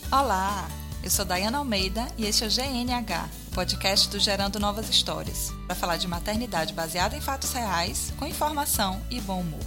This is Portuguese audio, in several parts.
Olá, eu sou Dayana Almeida e este é o GNH, o podcast do Gerando Novas Histórias, para falar de maternidade baseada em fatos reais, com informação e bom humor.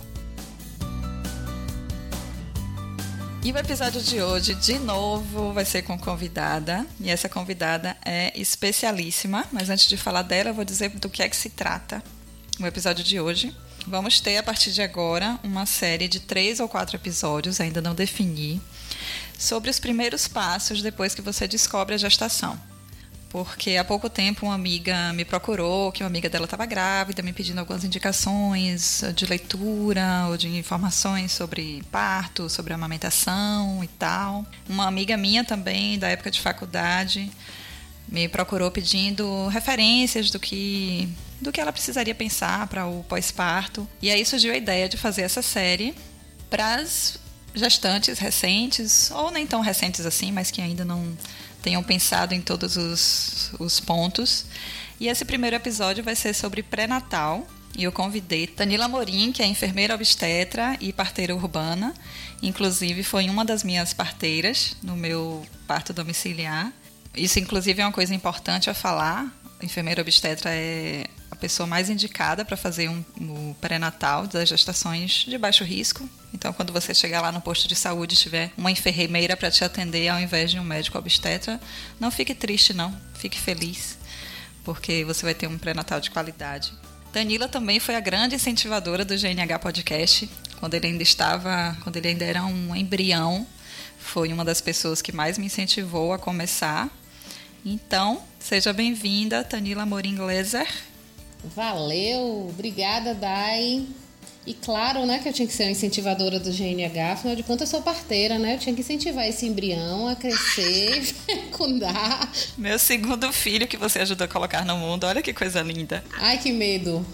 E o episódio de hoje, de novo, vai ser com convidada, e essa convidada é especialíssima, mas antes de falar dela, eu vou dizer do que é que se trata o episódio de hoje. Vamos ter, a partir de agora, uma série de 3 ou 4 episódios, ainda não defini, sobre os primeiros passos depois que você descobre a gestação. Porque há pouco tempo uma amiga me procurou, que uma amiga dela estava grávida, me pedindo algumas indicações de leitura ou de informações sobre parto, sobre amamentação e tal. Uma amiga minha também, da época de faculdade, me procurou pedindo referências do que ela precisaria pensar para o pós-parto. E aí surgiu a ideia de fazer essa série para as gestantes recentes, ou nem tão recentes assim, mas que ainda não tenham pensado em todos os pontos. E esse primeiro episódio vai ser sobre pré-natal. E eu convidei Tanila Amorim, que é enfermeira obstetra e parteira urbana. Inclusive, foi uma das minhas parteiras no meu parto domiciliar. Isso, inclusive, é uma coisa importante a falar. A enfermeira obstetra é a pessoa mais indicada para fazer o pré-natal das gestações de baixo risco. Então, quando você chegar lá no posto de saúde e tiver uma enfermeira para te atender ao invés de um médico obstetra, não fique triste, não. Fique feliz, porque você vai ter um pré-natal de qualidade. Tanila também foi a grande incentivadora do GNH Podcast, quando ele ainda era um embrião. Foi uma das pessoas que mais me incentivou a começar. Então, seja bem-vinda, Tanila Amorim Gleiser. Valeu, obrigada, Day. E claro, né, que eu tinha que ser uma incentivadora do GNH, afinal de contas eu sou parteira, né? Eu tinha que incentivar esse embrião a crescer, fecundar. Meu segundo filho que você ajudou a colocar no mundo, olha que coisa linda. Ai, que medo.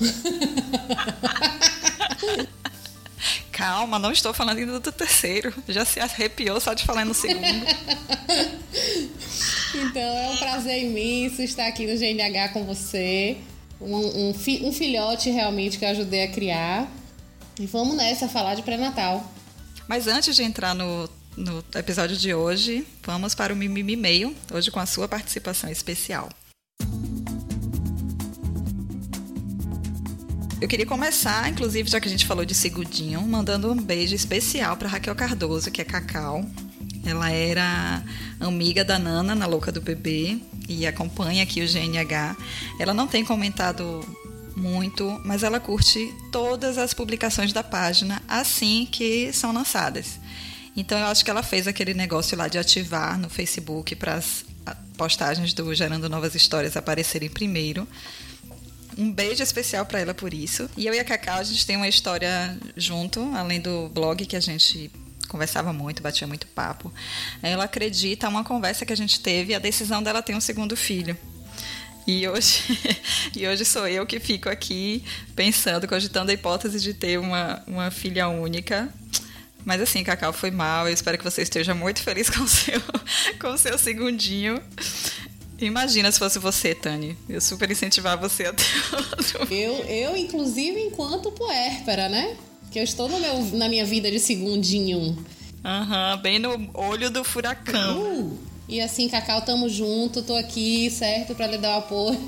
Calma, não estou falando ainda do terceiro. Já se arrepiou só de falar no segundo. Então é um prazer imenso estar aqui no GNH com você. Um filhote realmente que eu ajudei a criar. E vamos nessa, falar de pré-natal. Mas antes de entrar no episódio de hoje, vamos para o Mimimi Mail, hoje com a sua participação especial. Eu queria começar, inclusive, já que a gente falou de segundinho, mandando um beijo especial para Raquel Cardoso, que é Cacau. Ela era amiga da Nana na Louca do Bebê e acompanha aqui o GNH. Ela não tem comentado muito, mas ela curte todas as publicações da página assim que são lançadas. Então eu acho que ela fez aquele negócio lá de ativar no Facebook para as postagens do Gerando Novas Histórias aparecerem primeiro. Um beijo especial para ela por isso. E eu e a Cacau, a gente tem uma história junto, além do blog que a gente conversava muito, batia muito papo. Ela acredita uma conversa que a gente teve, a decisão dela ter um segundo filho. E hoje sou eu que fico aqui pensando, cogitando a hipótese de ter uma filha única. Mas assim, Cacau, foi mal. Eu espero que você esteja muito feliz com o seu segundinho. Imagina se fosse você, Tani. Eu super incentivar você a ter outro. Eu, inclusive, enquanto puérpera, né? Que eu estou na minha vida de segundinho. Bem no olho do furacão. E assim, Cacau, tamo junto, tô aqui, certo, pra lhe dar o apoio.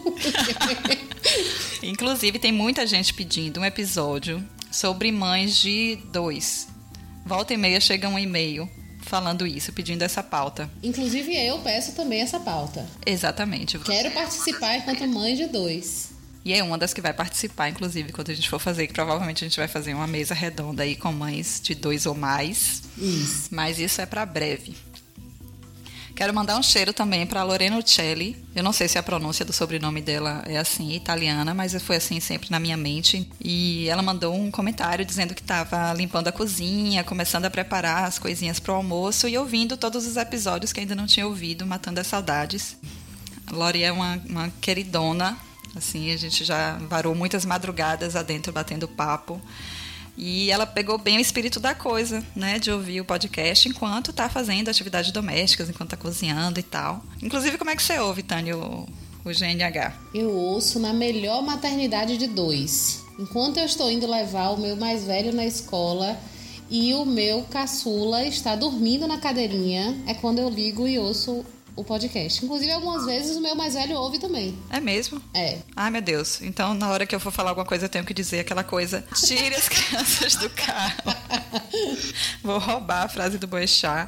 Inclusive, tem muita gente pedindo um episódio sobre mães de 2. Volta e meia chega um e-mail falando isso, pedindo essa pauta. Inclusive, eu peço também essa pauta. Exatamente. Quero participar enquanto mãe de 2. E é uma das que vai participar, inclusive, quando a gente for fazer, que provavelmente a gente vai fazer uma mesa redonda aí com mães de 2 ou mais. Isso. Mas isso é para breve. Quero mandar um cheiro também para Lorena Uccelli. Eu não sei se a pronúncia do sobrenome dela é assim, italiana, mas foi assim sempre na minha mente. E ela mandou um comentário dizendo que estava limpando a cozinha, começando a preparar as coisinhas para o almoço e ouvindo todos os episódios que ainda não tinha ouvido, matando as saudades. A Lori é uma queridona, assim, a gente já varou muitas madrugadas adentro batendo papo. E ela pegou bem o espírito da coisa, né? De ouvir o podcast enquanto tá fazendo atividades domésticas, enquanto tá cozinhando e tal. Inclusive, como é que você ouve, Tânia, o GNH? Eu ouço na melhor maternidade de 2. Enquanto eu estou indo levar o meu mais velho na escola e o meu caçula está dormindo na cadeirinha. É quando eu ligo e ouço o podcast. Inclusive, algumas vezes o meu mais velho ouve também. É mesmo? É. Ai, meu Deus. Então, na hora que eu for falar alguma coisa, eu tenho que dizer aquela coisa: tire as crianças do carro. Vou roubar a frase do Boechat.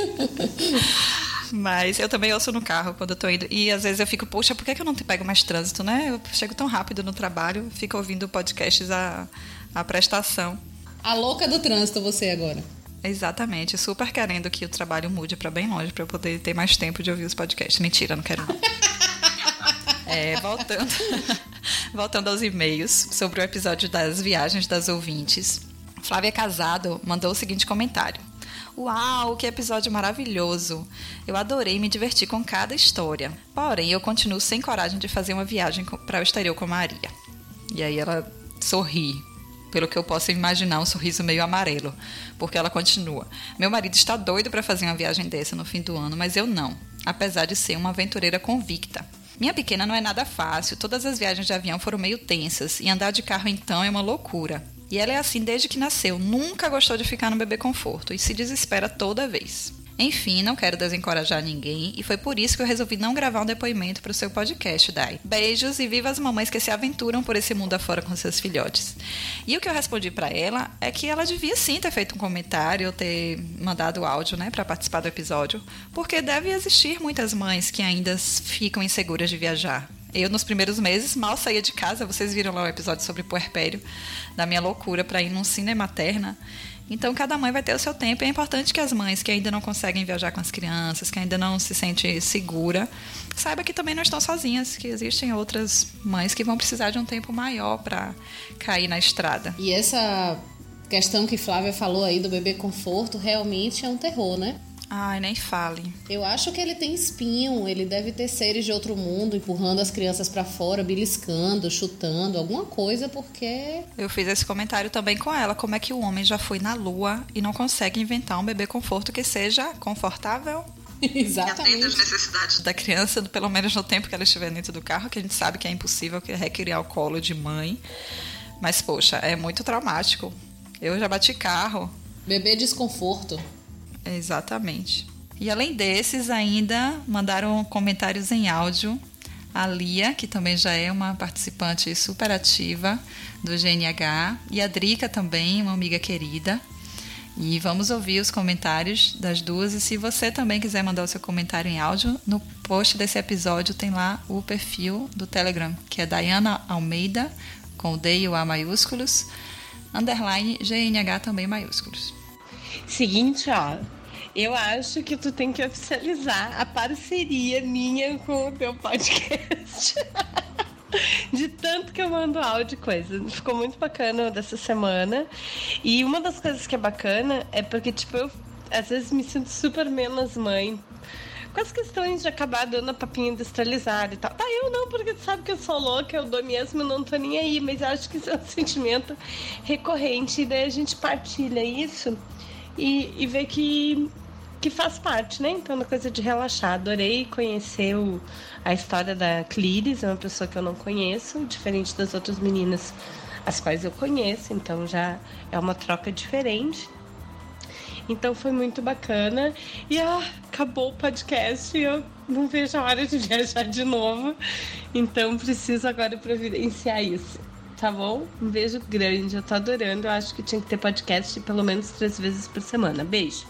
Mas eu também ouço no carro quando eu tô indo. E às vezes eu fico, poxa, por que eu não pego mais trânsito, né? Eu chego tão rápido no trabalho, fico ouvindo podcasts a prestação. A louca do trânsito, você agora. Exatamente, super querendo que o trabalho mude pra bem longe, pra eu poder ter mais tempo de ouvir os podcasts. Mentira, não quero não. Voltando aos e-mails sobre o episódio das viagens das ouvintes. Flávia Casado mandou o seguinte comentário: uau, que episódio maravilhoso! Eu adorei me divertir com cada história. Porém, eu continuo sem coragem de fazer uma viagem para o exterior com a Maria. E aí ela sorri. Pelo que eu posso imaginar, um sorriso meio amarelo. Porque ela continua: meu marido está doido para fazer uma viagem dessa no fim do ano, mas eu não. Apesar de ser uma aventureira convicta. Minha pequena não é nada fácil. Todas as viagens de avião foram meio tensas. E andar de carro, então, é uma loucura. E ela é assim desde que nasceu, nunca gostou de ficar no bebê conforto e se desespera toda vez. Enfim, não quero desencorajar ninguém e foi por isso que eu resolvi não gravar um depoimento para o seu podcast, Dai. Beijos e viva as mamães que se aventuram por esse mundo afora com seus filhotes. E o que eu respondi para ela é que ela devia sim ter feito um comentário ou ter mandado áudio, né, para participar do episódio, porque deve existir muitas mães que ainda ficam inseguras de viajar. Eu, nos primeiros meses, mal saía de casa. Vocês viram lá o episódio sobre puerpério, da minha loucura para ir num cine materna. Então, cada mãe vai ter o seu tempo. E é importante que as mães que ainda não conseguem viajar com as crianças, que ainda não se sente segura, saiba que também não estão sozinhas, que existem outras mães que vão precisar de um tempo maior para cair na estrada. E essa questão que Flávia falou aí do bebê conforto realmente é um terror, né? Ai, nem fale. Eu acho que ele tem espinho, ele deve ter seres de outro mundo empurrando as crianças pra fora, beliscando, chutando, alguma coisa, porque... Eu fiz esse comentário também com ela, como é que o homem já foi na lua e não consegue inventar um bebê conforto que seja confortável? Exatamente. E atenda as necessidades da criança, pelo menos no tempo que ela estiver dentro do carro, que a gente sabe que é impossível, que requerer o colo de mãe. Mas, poxa, é muito traumático. Eu já bati carro. Bebê desconforto. Exatamente. E além desses, ainda mandaram comentários em áudio a Lia, que também já é uma participante super ativa do GNH, e a Drica também, uma amiga querida. E vamos ouvir os comentários das duas. E se você também quiser mandar o seu comentário em áudio, no post desse episódio tem lá o perfil do Telegram, que é Dayana Almeida, com o D e o A maiúsculos, _ GNH também maiúsculos. Seguinte, ó, eu acho que tu tem que oficializar a parceria minha com o teu podcast. De tanto que eu mando áudio e coisa. Ficou muito bacana dessa semana. E uma das coisas que é bacana é porque, tipo, eu às vezes me sinto super menos mãe com as questões de acabar dando a papinha industrializada e tal. Tá, eu não, porque tu sabe que eu sou louca, eu dou mesmo e não tô nem aí. Mas eu acho que isso é um sentimento recorrente. E daí a gente partilha isso e vê que faz parte, né? Então, uma coisa de relaxar. Adorei conhecer a história da Clíris, é uma pessoa que eu não conheço, diferente das outras meninas as quais eu conheço, então já é uma troca diferente. Então foi muito bacana. E acabou o podcast e eu não vejo a hora de viajar de novo. Então preciso agora providenciar isso. Tá bom? Um beijo grande, eu tô adorando. Eu acho que tinha que ter podcast pelo menos 3 vezes por semana. Beijo.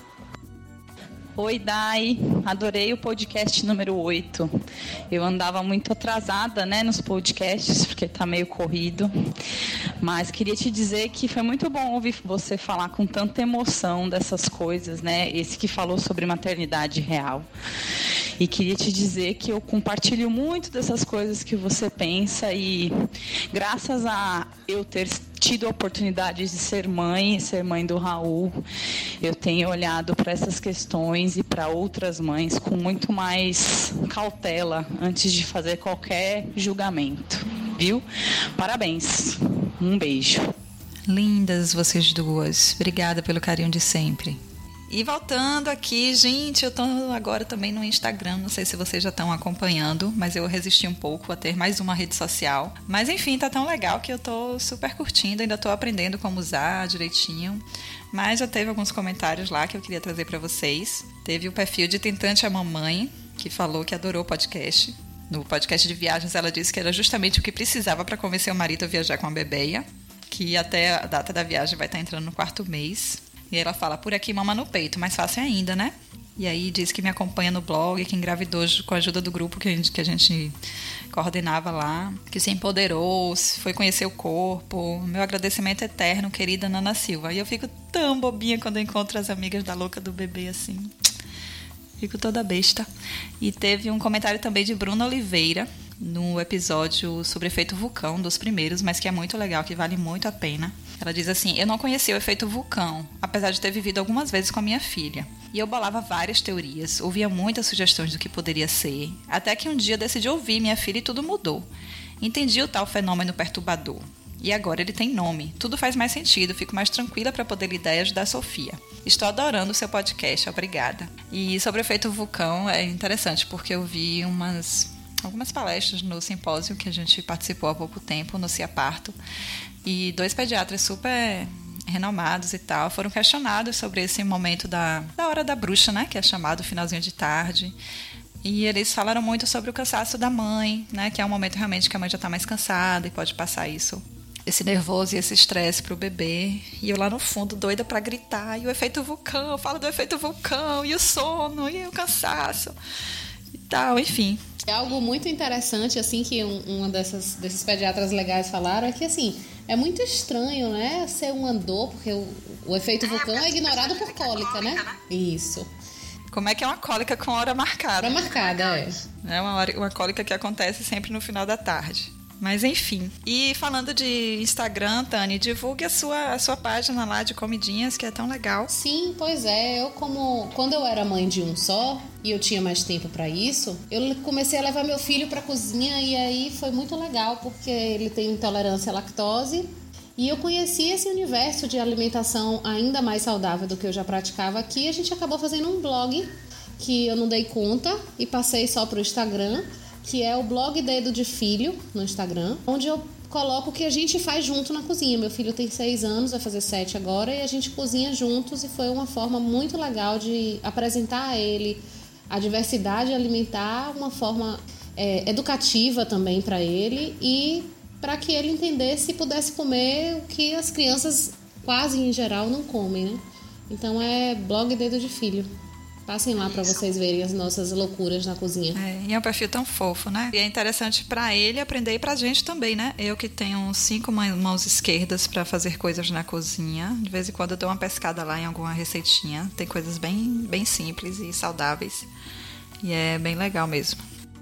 Oi, Dai. Adorei o podcast número 8. Eu andava muito atrasada, né, nos podcasts, porque tá meio corrido. Mas queria te dizer que foi muito bom ouvir você falar com tanta emoção dessas coisas, né? Esse que falou sobre maternidade real. E queria te dizer que eu compartilho muito dessas coisas que você pensa e graças a eu ter tido a oportunidade de ser mãe do Raul, eu tenho olhado para essas questões e para outras mães com muito mais cautela antes de fazer qualquer julgamento, viu? Parabéns. Um beijo. Lindas vocês duas. Obrigada pelo carinho de sempre. E voltando aqui, gente, eu tô agora também no Instagram, não sei se vocês já estão acompanhando, mas eu resisti um pouco a ter mais uma rede social. Mas enfim, tá tão legal que eu tô super curtindo, ainda tô aprendendo como usar direitinho. Mas já teve alguns comentários lá que eu queria trazer pra vocês. Teve o perfil de Tentante a Mamãe, que falou que adorou o podcast. No podcast de viagens ela disse que era justamente o que precisava para convencer o marido a viajar com a bebeia, que até a data da viagem vai estar entrando no 4º mês. E ela fala, por aqui mama no peito, mais fácil ainda, né? E aí diz que me acompanha no blog, que engravidou com a ajuda do grupo que a gente coordenava lá, que se empoderou, foi conhecer o corpo. Meu agradecimento eterno, querida Nana Silva. E eu fico tão bobinha quando eu encontro as amigas da louca do bebê assim. Fico toda besta. E teve um comentário também de Bruna Oliveira, no episódio sobre o efeito vulcão, dos primeiros, mas que é muito legal, que vale muito a pena. Ela diz assim, eu não conhecia o efeito vulcão, apesar de ter vivido algumas vezes com a minha filha. E eu bolava várias teorias, ouvia muitas sugestões do que poderia ser, até que um dia decidi ouvir minha filha e tudo mudou. Entendi o tal fenômeno perturbador. E agora ele tem nome. Tudo faz mais sentido, fico mais tranquila para poder lidar e ajudar a Sofia. Estou adorando o seu podcast, obrigada. E sobre o efeito vulcão é interessante, porque eu vi algumas palestras no simpósio que a gente participou há pouco tempo, no Ciaparto, e 2 pediatras super renomados e tal foram questionados sobre esse momento da hora da bruxa, né, que é chamado finalzinho de tarde. E eles falaram muito sobre o cansaço da mãe, né, que é um momento realmente que a mãe já está mais cansada e pode passar esse nervoso e esse estresse pro bebê. E eu lá no fundo, doida pra gritar. E o efeito vulcão, fala do efeito vulcão, e o sono, e o cansaço e tal, enfim. É algo muito interessante, assim, que uma desses pediatras legais falaram, é que, assim, é muito estranho, né, ser uma dor, porque o efeito vulcão é ignorado por cólica, né? Isso. Como é que é uma cólica com hora marcada? Hora marcada, é. É uma cólica que acontece sempre no final da tarde. Mas enfim. E falando de Instagram, Tani, divulgue a sua página lá de comidinhas, que é tão legal. Sim, pois é. Quando eu era mãe de um só e eu tinha mais tempo pra isso, eu comecei a levar meu filho pra cozinha e aí foi muito legal, porque ele tem intolerância à lactose. E eu conheci esse universo de alimentação ainda mais saudável do que eu já praticava aqui. A gente acabou fazendo um blog que eu não dei conta e passei só pro Instagram, que é o blog Dedo de Filho no Instagram, onde eu coloco o que a gente faz junto na cozinha. Meu filho tem 6 anos, vai fazer 7 agora, e a gente cozinha juntos, e foi uma forma muito legal de apresentar a ele a diversidade alimentar, uma forma educativa também para ele, e para que ele entendesse e pudesse comer o que as crianças quase em geral não comem, né? Então é blog Dedo de Filho. Passem lá para vocês verem as nossas loucuras na cozinha. E é um perfil tão fofo, né? E é interessante para ele aprender e pra gente também, né? Eu que tenho 5 mãos esquerdas para fazer coisas na cozinha. De vez em quando eu dou uma pescada lá em alguma receitinha. Tem coisas bem, bem simples e saudáveis. E é bem legal mesmo.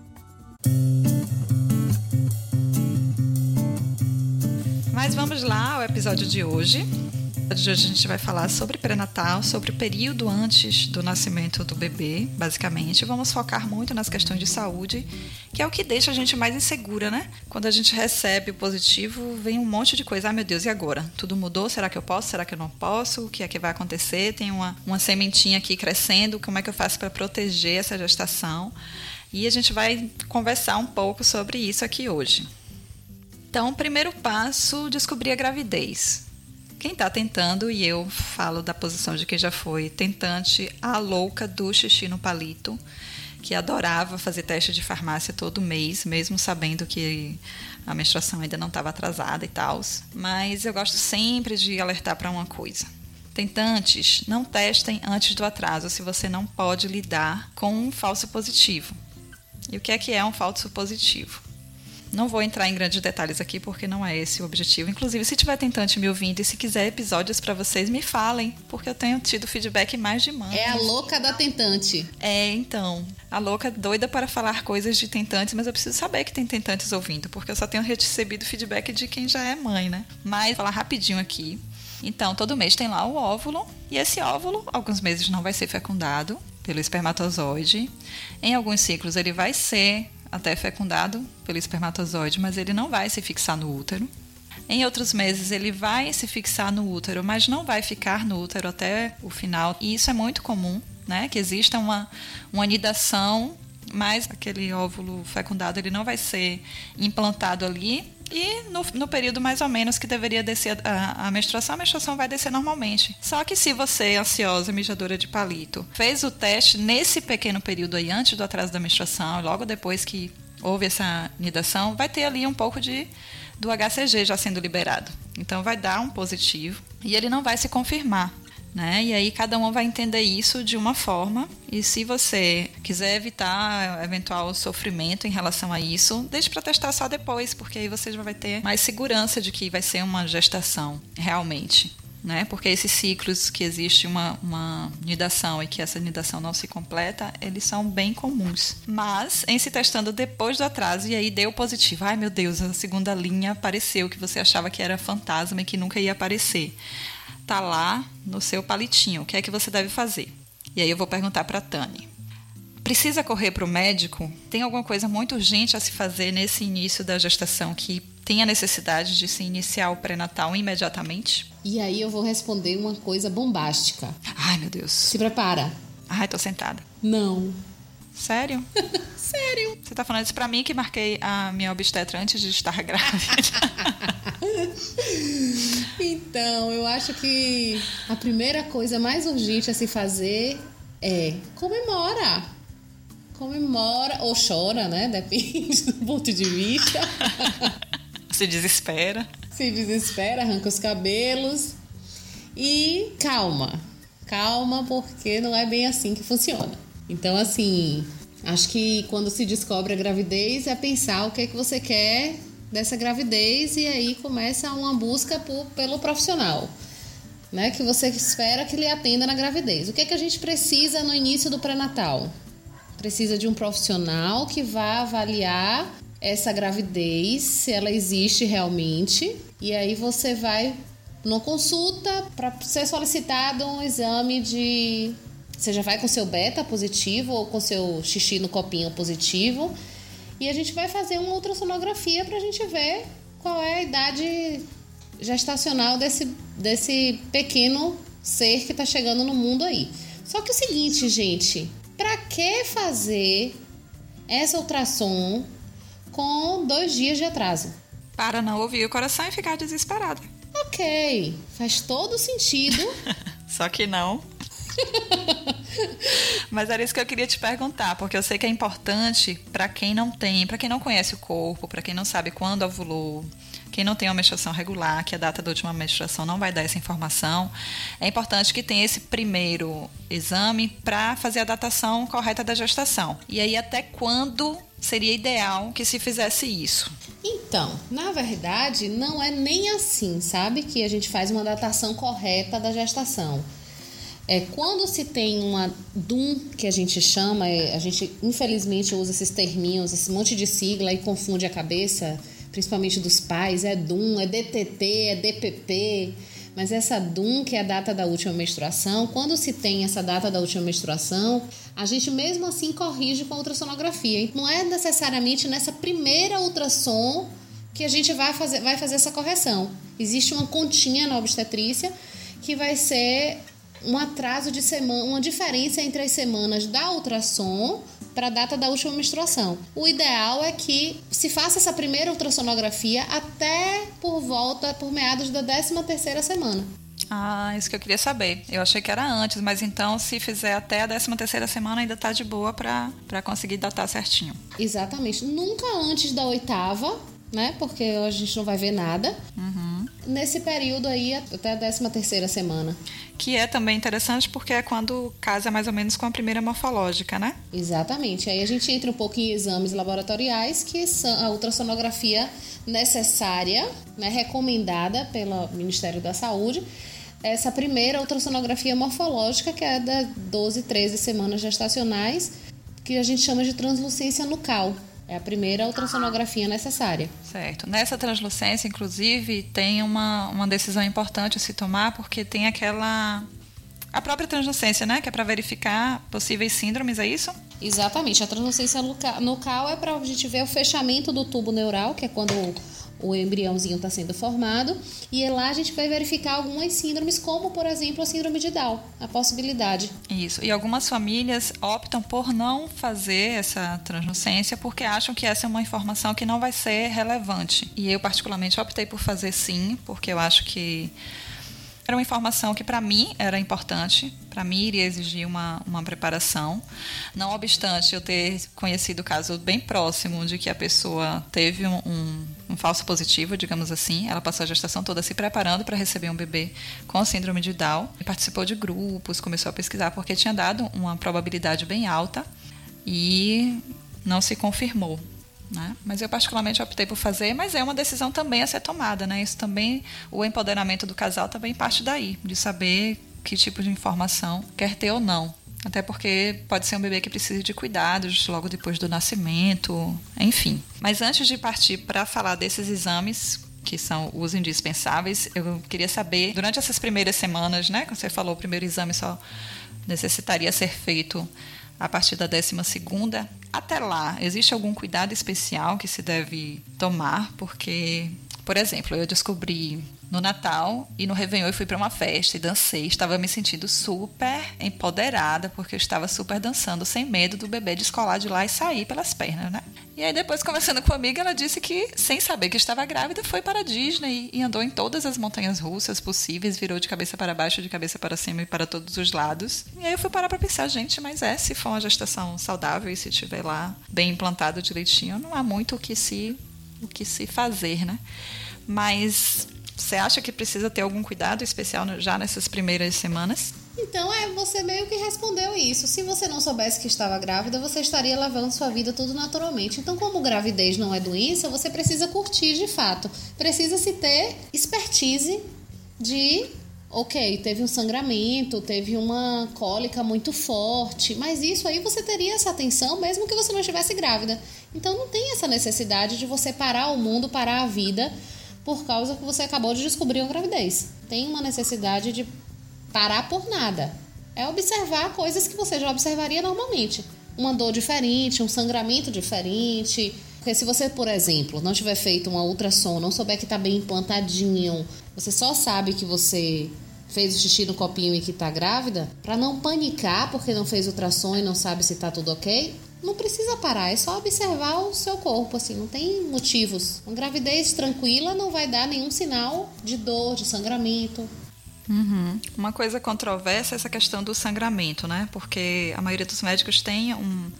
Mas vamos lá ao episódio de hoje. De hoje a gente vai falar sobre pré-natal, sobre o período antes do nascimento do bebê, basicamente. Vamos focar muito nas questões de saúde, que é o que deixa a gente mais insegura, né? Quando a gente recebe o positivo, vem um monte de coisa. Ah, meu Deus, e agora? Tudo mudou? Será que eu posso? Será que eu não posso? O que é que vai acontecer? Tem uma sementinha aqui crescendo. Como é que eu faço para proteger essa gestação? E a gente vai conversar um pouco sobre isso aqui hoje. Então, o primeiro passo, descobrir a gravidez. Quem está tentando, e eu falo da posição de quem já foi tentante, a louca do xixi no palito, que adorava fazer teste de farmácia todo mês, mesmo sabendo que a menstruação ainda não estava atrasada e tal. Mas eu gosto sempre de alertar para uma coisa. Tentantes, não testem antes do atraso se você não pode lidar com um falso positivo. E o que é um falso positivo? Não vou entrar em grandes detalhes aqui porque não é esse o objetivo. Inclusive, se tiver tentante me ouvindo e se quiser episódios para vocês, me falem, porque eu tenho tido feedback mais de mães. É a louca da tentante. Então, a louca doida para falar coisas de tentantes, mas eu preciso saber que tem tentantes ouvindo, porque eu só tenho recebido feedback de quem já é mãe, né? Mas vou falar rapidinho aqui. Então, todo mês tem lá o óvulo, e esse óvulo, alguns meses não vai ser fecundado pelo espermatozoide. Em alguns ciclos ele vai ser até fecundado pelo espermatozoide, mas ele não vai se fixar no útero. Em outros meses ele vai se fixar no útero, mas não vai ficar no útero até o final. E isso é muito comum, né? Que exista uma anidação, mas aquele óvulo fecundado ele não vai ser implantado ali. E no período mais ou menos que deveria descer a menstruação vai descer normalmente. Só que se você, ansiosa, mijadora de palito, fez o teste nesse pequeno período aí, antes do atraso da menstruação, e logo depois que houve essa anidação, vai ter ali um pouco do HCG já sendo liberado. Então vai dar um positivo e ele não vai se confirmar, né? E aí cada um vai entender isso de uma forma. E se você quiser evitar eventual sofrimento em relação a isso, deixe para testar só depois, porque aí você já vai ter mais segurança de que vai ser uma gestação realmente, né? Porque esses ciclos que existe uma nidação e que essa nidação não se completa, eles são bem comuns. Mas em se testando depois do atraso e aí deu positivo, ai meu Deus, a segunda linha apareceu que você achava que era fantasma e que nunca ia aparecer. Tá lá no seu palitinho. O que é que você deve fazer? E aí eu vou perguntar para a Tani. Precisa correr para o médico? Tem alguma coisa muito urgente a se fazer nesse início da gestação que tem a necessidade de se iniciar o pré-natal imediatamente? E aí eu vou responder uma coisa bombástica. Ai, meu Deus. Se prepara. Ai, tô sentada. Não. Sério? Sério. Você tá falando isso pra mim que marquei a minha obstetra antes de estar grávida? Então, eu acho que a primeira coisa mais urgente a se fazer é comemora. Comemora ou chora, né? Depende do ponto de vista. Se desespera. Se desespera, arranca os cabelos. E calma. Calma, porque não é bem assim que funciona. Então, assim, acho que quando se descobre a gravidez é pensar o que é que você quer dessa gravidez e aí começa uma busca pelo profissional, né? Que você espera que lhe atenda na gravidez. O que é que a gente precisa no início do pré-natal? Precisa de um profissional que vá avaliar essa gravidez, se ela existe realmente, e aí você vai numa consulta para ser solicitado um exame de... Você já vai com seu beta positivo ou com seu xixi no copinho positivo. E a gente vai fazer uma ultrassonografia para a gente ver qual é a idade gestacional desse pequeno ser que está chegando no mundo aí. Só que é o seguinte, gente, para que fazer essa ultrassom com 2 dias de atraso? Para não ouvir o coração e ficar desesperada. Ok, faz todo sentido. Só que não. Mas era isso que eu queria te perguntar, porque eu sei que é importante para quem não tem, para quem não conhece o corpo, para quem não sabe quando ovulou, quem não tem uma menstruação regular, que a data da última menstruação não vai dar essa informação, é importante que tenha esse primeiro exame para fazer a datação correta da gestação. E aí até quando seria ideal que se fizesse isso? Então, na verdade, não é nem assim, sabe? Que a gente faz uma datação correta da gestação. Quando se tem uma DUM, que a gente chama, a gente infelizmente usa esses terminhos, esse monte de sigla e confunde a cabeça, principalmente dos pais, é DUM, é DTT, é DPP, mas essa DUM, que é a data da última menstruação, quando se tem essa data da última menstruação, a gente mesmo assim corrige com a ultrassonografia. Não é necessariamente nessa primeira ultrassom que a gente vai fazer essa correção. Existe uma continha na obstetrícia que vai ser um atraso de semana, uma diferença entre as semanas da ultrassom para a data da última menstruação. O ideal é que se faça essa primeira ultrassonografia até por meados da 13ª semana. Ah, isso que eu queria saber. Eu achei que era antes, mas então se fizer até a 13ª semana ainda tá de boa para conseguir datar certinho. Exatamente. Nunca antes da 8ª, né? Porque a gente não vai ver nada. Uhum. Nesse período aí até a 13ª semana. Que é também interessante porque é quando casa mais ou menos com a primeira morfológica, né? Exatamente. Aí a gente entra um pouco em exames laboratoriais, que são a ultrassonografia necessária, né, recomendada pelo Ministério da Saúde. Essa primeira ultrassonografia morfológica, que é das 12, 13 semanas gestacionais, que a gente chama de translucência nucal. É a primeira ultrassonografia necessária. Certo. Nessa translucência, inclusive, tem uma decisão importante a se tomar, porque tem a própria translucência, né? Que é para verificar possíveis síndromes, é isso? Exatamente. A translucência nucal é para a gente ver o fechamento do tubo neural, que é quando o embriãozinho está sendo formado, e lá a gente vai verificar algumas síndromes, como, por exemplo, a síndrome de Down, a possibilidade. Isso, e algumas famílias optam por não fazer essa translucência porque acham que essa é uma informação que não vai ser relevante. E eu, particularmente, optei por fazer sim, porque eu acho que era uma informação que, para mim, era importante. Para mim, iria exigir uma preparação. Não obstante eu ter conhecido o caso bem próximo de que a pessoa teve um falso positivo, digamos assim. Ela passou a gestação toda se preparando para receber um bebê com síndrome de Down. E participou de grupos, começou a pesquisar, porque tinha dado uma probabilidade bem alta e não se confirmou, né? Mas eu particularmente optei por fazer, mas é uma decisão também a ser tomada, né? Isso também, o empoderamento do casal também parte daí, de saber que tipo de informação quer ter ou não. Até porque pode ser um bebê que precise de cuidados logo depois do nascimento, enfim. Mas antes de partir para falar desses exames, que são os indispensáveis, eu queria saber, durante essas primeiras semanas, né? Como você falou, o primeiro exame só necessitaria ser feito a partir da 12ª. Até lá, existe algum cuidado especial que se deve tomar? Porque, por exemplo, eu descobri no Natal e no Réveillon eu fui para uma festa e dancei. Estava me sentindo super empoderada, porque eu estava super dançando, sem medo do bebê descolar de lá e sair pelas pernas, né? E aí depois, conversando com uma amiga, ela disse que, sem saber que estava grávida, foi para a Disney e andou em todas as montanhas russas possíveis, virou de cabeça para baixo, de cabeça para cima e para todos os lados. E aí eu fui parar para pensar, gente, mas se for uma gestação saudável e se estiver lá bem implantado direitinho, não há muito o que se fazer, né? Mas você acha que precisa ter algum cuidado especial já nessas primeiras semanas? Então, você meio que respondeu isso. Se você não soubesse que estava grávida, você estaria levando sua vida tudo naturalmente. Então, como gravidez não é doença, você precisa curtir de fato. Precisa-se ter expertise de, ok, teve um sangramento, teve uma cólica muito forte, mas isso aí você teria essa atenção mesmo que você não estivesse grávida. Então, não tem essa necessidade de você parar o mundo, parar a vida, por causa que você acabou de descobrir uma gravidez. Tem uma necessidade de parar por nada. É observar coisas que você já observaria normalmente. Uma dor diferente, um sangramento diferente. Porque se você, por exemplo, não tiver feito uma ultrassom, não souber que está bem implantadinho, você só sabe que você fez o xixi no copinho e que está grávida, para não panicar porque não fez ultrassom e não sabe se está tudo ok, não precisa parar, é só observar o seu corpo, assim, não tem motivos. Uma gravidez tranquila não vai dar nenhum sinal de dor, de sangramento. Uhum. Uma coisa controversa é essa questão do sangramento, né? Porque a maioria dos médicos tem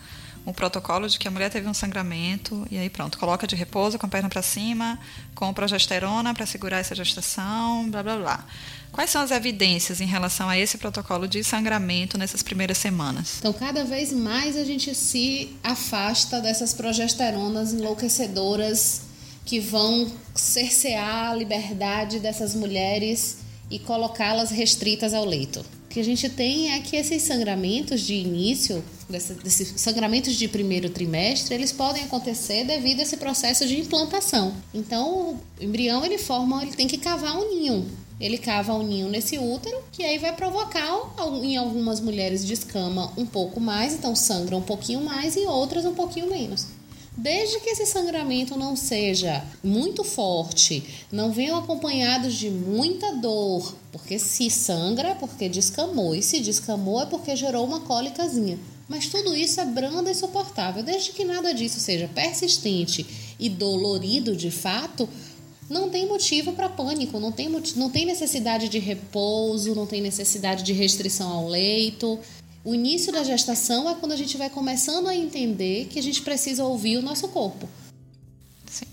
um protocolo de que a mulher teve um sangramento e aí pronto, coloca de repouso com a perna para cima, com progesterona para segurar essa gestação, blá blá blá. Quais são as evidências em relação a esse protocolo de sangramento nessas primeiras semanas? Então, cada vez mais a gente se afasta dessas progesteronas enlouquecedoras que vão cercear a liberdade dessas mulheres e colocá-las restritas ao leito. O que a gente tem é que esses sangramentos de início, desses sangramentos de primeiro trimestre, eles podem acontecer devido a esse processo de implantação. Então, o embrião ele tem que cavar um ninho. Ele cava um ninho nesse útero, que aí vai provocar, em algumas mulheres descama um pouco mais, então sangra um pouquinho mais, e outras um pouquinho menos. Desde que esse sangramento não seja muito forte, não venham acompanhados de muita dor, porque se sangra é porque descamou, e se descamou é porque gerou uma cólicazinha. Mas tudo isso é brando e suportável. Desde que nada disso seja persistente e dolorido de fato, não tem motivo para pânico, não tem necessidade de repouso, não tem necessidade de restrição ao leito. O início da gestação é quando a gente vai começando a entender que a gente precisa ouvir o nosso corpo. Sim.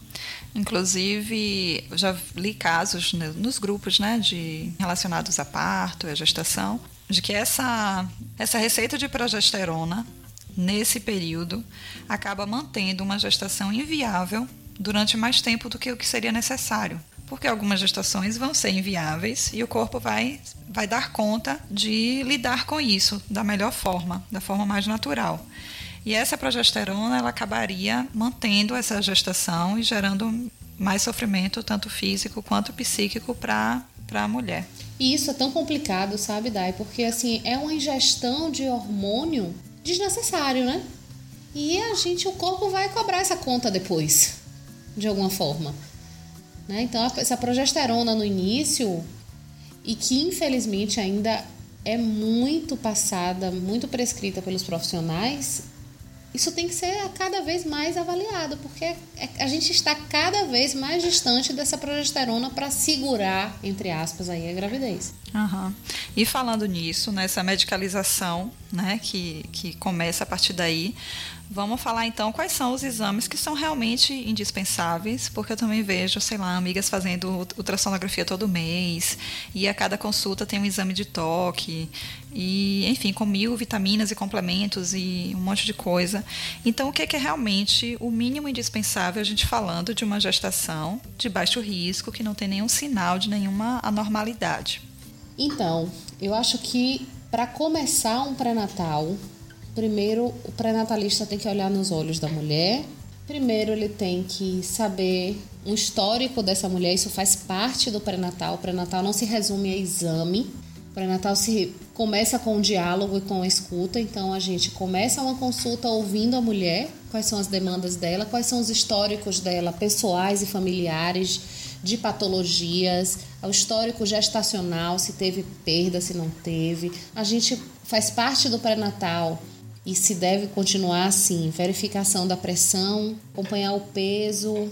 Inclusive, eu já li casos nos grupos, né, relacionados a parto e a gestação, de que essa receita de progesterona, nesse período, acaba mantendo uma gestação inviável durante mais tempo do que o que seria necessário. Porque algumas gestações vão ser inviáveis e o corpo vai dar conta de lidar com isso da melhor forma, da forma mais natural. E essa progesterona ela acabaria mantendo essa gestação e gerando mais sofrimento, tanto físico quanto psíquico, para a mulher. E isso é tão complicado, sabe, Dai? Porque assim, é uma ingestão de hormônio desnecessário, né? E o corpo vai cobrar essa conta depois, de alguma forma. né? Então, essa progesterona no início, e que infelizmente ainda é muito passada, muito prescrita pelos profissionais, isso tem que ser cada vez mais avaliado, porque a gente está cada vez mais distante dessa progesterona para segurar, entre aspas, aí a gravidez. Uhum. E falando nisso, nessa medicalização, né, que começa a partir daí, vamos falar então quais são os exames que são realmente indispensáveis, porque eu também vejo, sei lá, amigas fazendo ultrassonografia todo mês, e a cada consulta tem um exame de toque, e enfim, com 1000 vitaminas e complementos e um monte de coisa. Então, o que é realmente o mínimo indispensável, a gente falando de uma gestação de baixo risco, que não tem nenhum sinal de nenhuma anormalidade? Então, eu acho que para começar um pré-natal, primeiro o pré-natalista tem que olhar nos olhos da mulher. Primeiro ele tem que saber um histórico dessa mulher, isso faz parte do pré-natal. O pré-natal não se resume a exame. O pré-natal começa com o diálogo e com a escuta. Então a gente começa uma consulta ouvindo a mulher, quais são as demandas dela, quais são os históricos dela, pessoais e familiares, de patologias, o histórico gestacional, se teve perda, se não teve. A gente faz parte do pré-natal e se deve continuar assim, verificação da pressão, acompanhar o peso,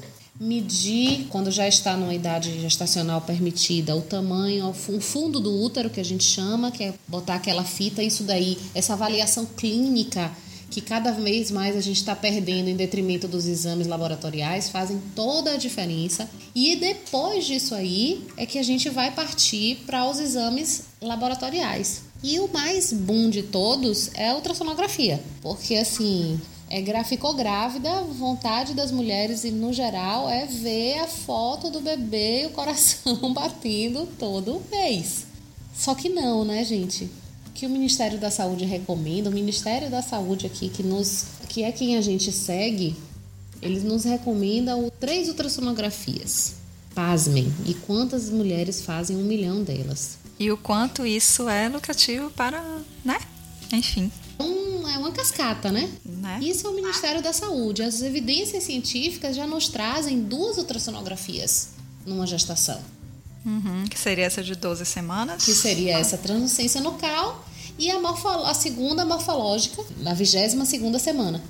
medir, quando já está numa idade gestacional permitida, o tamanho, o fundo do útero, que a gente chama, que é botar aquela fita, isso daí, essa avaliação clínica que cada vez mais a gente está perdendo em detrimento dos exames laboratoriais, fazem toda a diferença. E depois disso aí é que a gente vai partir para os exames laboratoriais. E o mais boom de todos é a ultrassonografia, porque assim, ficou grávida, a vontade das mulheres e no geral é ver a foto do bebê e o coração batendo todo mês. Só que não, né, gente? Que o Ministério da Saúde recomenda, o Ministério da Saúde aqui, que é quem a gente segue, eles nos recomendam 3 ultrassonografias. Pasmem, e quantas mulheres fazem 1 milhão delas? E o quanto isso é lucrativo para, né? Enfim. É uma cascata, né? Isso é o Ministério da Saúde. As evidências científicas já nos trazem 2 ultrassonografias numa gestação. Que seria essa de 12 semanas. Que seria essa translucência nucal e a segunda morfológica na 22ª semana.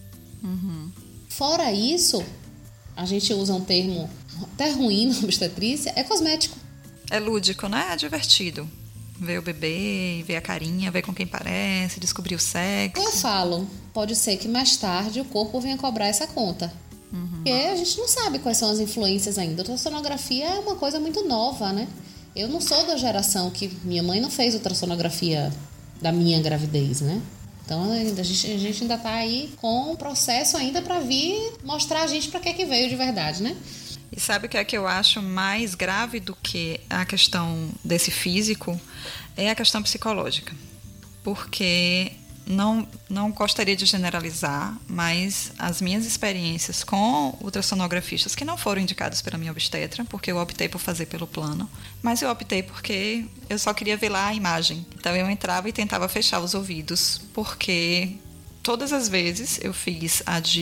Fora isso, a gente usa um termo até ruim na obstetrícia, é cosmético. É lúdico, né? É divertido. Ver o bebê, ver a carinha, ver com quem parece, descobrir o sexo. Eu falo, pode ser que mais tarde o corpo venha cobrar essa conta. Porque a gente não sabe quais são as influências ainda. A ultrassonografia é uma coisa muito nova, né? Eu não sou da geração que minha mãe não fez ultrassonografia da minha gravidez, né? Então a gente ainda tá aí com o processo ainda para vir mostrar a gente para que veio de verdade, né? E sabe o que é que eu acho mais grave do que a questão desse físico? É a questão psicológica. Porque não gostaria de generalizar, mas as minhas experiêncies com ultrassonografistas que não foram indicados pela minha obstetra, porque eu optei por fazer pelo plano, mas eu optei porque eu só queria ver lá a imagem. Então eu entrava e tentava fechar os ouvidos, porque todas as vezes eu fiz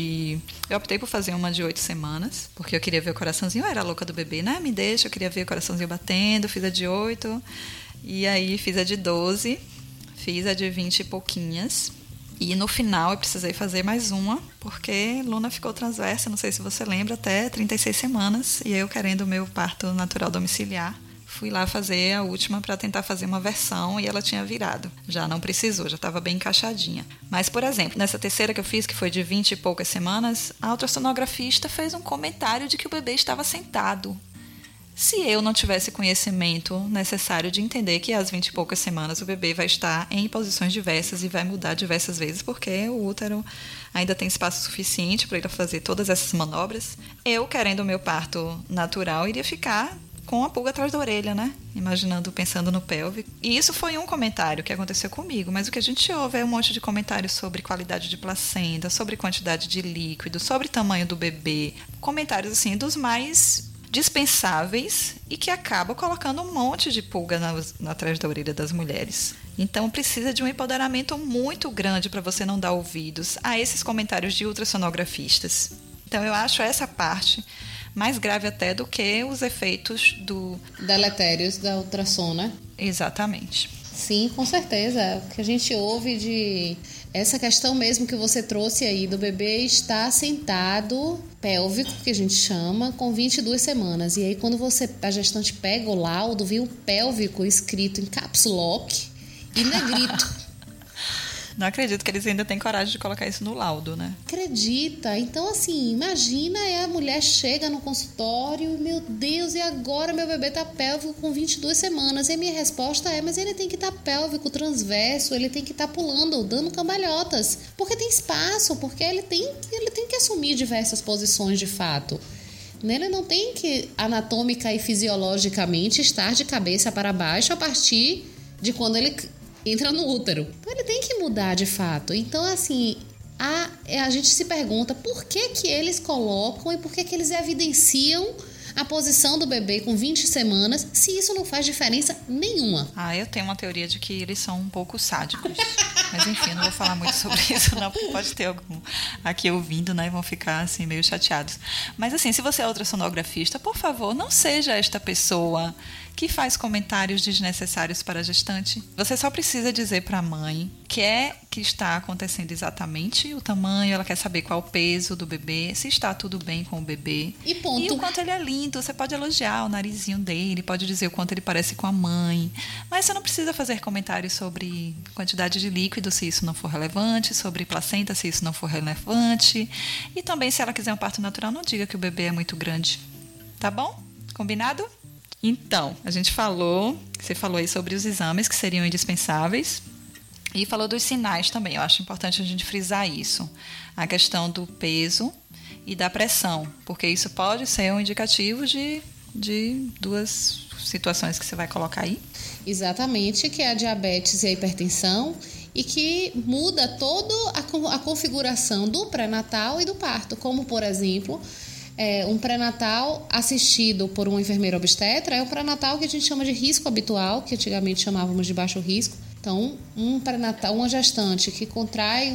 eu optei por fazer uma de 8 semanas, porque eu queria ver o coraçãozinho, eu era louca do bebê, né? Me deixa, eu queria ver o coraçãozinho batendo, fiz a de 8, e aí fiz a de 12, fiz a de 20 e pouquinhas. E no final eu precisei fazer mais uma, porque Luna ficou transversa, não sei se você lembra, até 36 semanas. E eu, querendo o meu parto natural domiciliar, fui lá fazer a última para tentar fazer uma versão e ela tinha virado. Já não precisou, já estava bem encaixadinha. Mas, por exemplo, nessa terceira que eu fiz, que foi de 20 e poucas semanas, a ultrassonografista fez um comentário de que o bebê estava sentado. Se eu não tivesse conhecimento necessário de entender que às 20 e poucas semanas o bebê vai estar em posições diversas e vai mudar diversas vezes, porque o útero ainda tem espaço suficiente para ele fazer todas essas manobras, eu, querendo o meu parto natural, iria ficar com a pulga atrás da orelha, né? Imaginando, pensando no pélvico. E isso foi um comentário que aconteceu comigo, mas o que a gente ouve é um monte de comentários sobre qualidade de placenta, sobre quantidade de líquido, sobre tamanho do bebê, comentários assim dos mais dispensáveis e que acabam colocando um monte de pulga atrás da orelha das mulheres. Então precisa de um empoderamento muito grande para você não dar ouvidos a esses comentários de ultrassonografistas. Então eu acho essa parte mais grave até do que os efeitos do... deletérios da ultrassom, né? Exatamente. Sim, com certeza. O que a gente ouve de... essa questão mesmo que você trouxe aí do bebê estar sentado, pélvico, que a gente chama, com 22 semanas. E aí quando a gestante pega o laudo, vem o pélvico escrito em caps lock e negrito. Não acredito que eles ainda têm coragem de colocar isso no laudo, né? Acredita? Então, assim, imagina a mulher chega no consultório, meu Deus, e agora meu bebê tá pélvico com 22 semanas. E a minha resposta é, mas ele tem que estar pélvico, transverso, ele tem que estar pulando, dando cambalhotas. Porque tem espaço, porque ele tem que assumir diversas posições de fato. Ele não tem que, anatômica e fisiologicamente, estar de cabeça para baixo a partir de quando ele entra no útero. Então ele tem que mudar de fato. Então, assim, a gente se pergunta por que eles colocam e por que eles evidenciam a posição do bebê com 20 semanas, se isso não faz diferença nenhuma. Eu tenho uma teoria de que eles são um pouco sádicos. Mas enfim, eu não vou falar muito sobre isso não, porque pode ter algum aqui ouvindo, né, e vão ficar assim meio chateados. Mas assim, se você é ultrassonografista, por favor, não seja esta pessoa que faz comentários desnecessários para a gestante. Você só precisa dizer para a mãe que está acontecendo exatamente o tamanho, ela quer saber qual o peso do bebê, se está tudo bem com o bebê. E ponto. E o quanto ele é lindo, você pode elogiar o narizinho dele, pode dizer o quanto ele parece com a mãe, mas você não precisa fazer comentários sobre quantidade de líquido, se isso não for relevante, sobre placenta, se isso não for relevante, e também se ela quiser um parto natural, não diga que o bebê é muito grande. Tá bom? Combinado? Então, você falou aí sobre os exames que seriam indispensáveis e falou dos sinais também. Eu acho importante a gente frisar isso. A questão do peso e da pressão, porque isso pode ser um indicativo de duas situações que você vai colocar aí. Exatamente, que é a diabetes e a hipertensão e que muda toda a configuração do pré-natal e do parto, como, por exemplo... um pré-natal assistido por um enfermeiro obstetra é um pré-natal que a gente chama de risco habitual, que antigamente chamávamos de baixo risco. Então, um pré-natal, uma gestante que contrai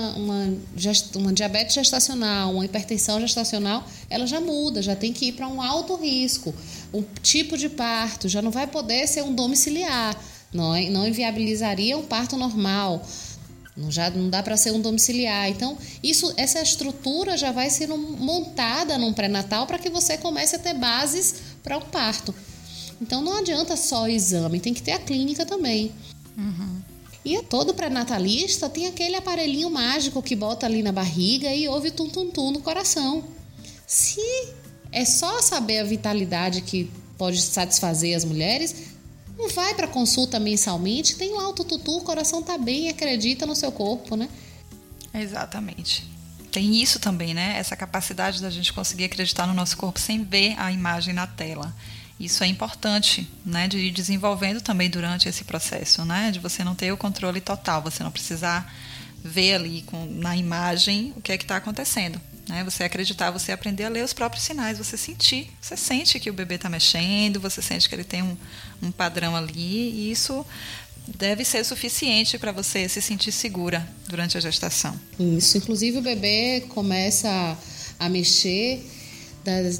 uma diabetes gestacional, uma hipertensão gestacional, ela já muda, já tem que ir para um alto risco. O tipo de parto já não vai poder ser um domiciliar, não inviabilizaria um parto normal. Não dá para ser um domiciliar. Então, essa estrutura já vai ser montada num pré-natal para que você comece a ter bases para um parto. Então, não adianta só o exame, tem que ter a clínica também. Uhum. E todo pré-natalista tem aquele aparelhinho mágico que bota ali na barriga e ouve tum-tum-tum no coração. Se é só saber a vitalidade que pode satisfazer as mulheres... não vai para consulta mensalmente, tem o autotutu, o coração tá bem, acredita no seu corpo, né? Exatamente. Tem isso também, né? Essa capacidade da gente conseguir acreditar no nosso corpo sem ver a imagem na tela. Isso é importante, né? De ir desenvolvendo também durante esse processo, né? De você não ter o controle total, você não precisar ver ali na imagem o que é que está acontecendo. Né? Você acreditar, você aprender a ler os próprios sinais, você sente que o bebê está mexendo, você sente que ele tem um padrão ali, e isso deve ser suficiente para você se sentir segura durante a gestação. Isso, inclusive o bebê começa a mexer das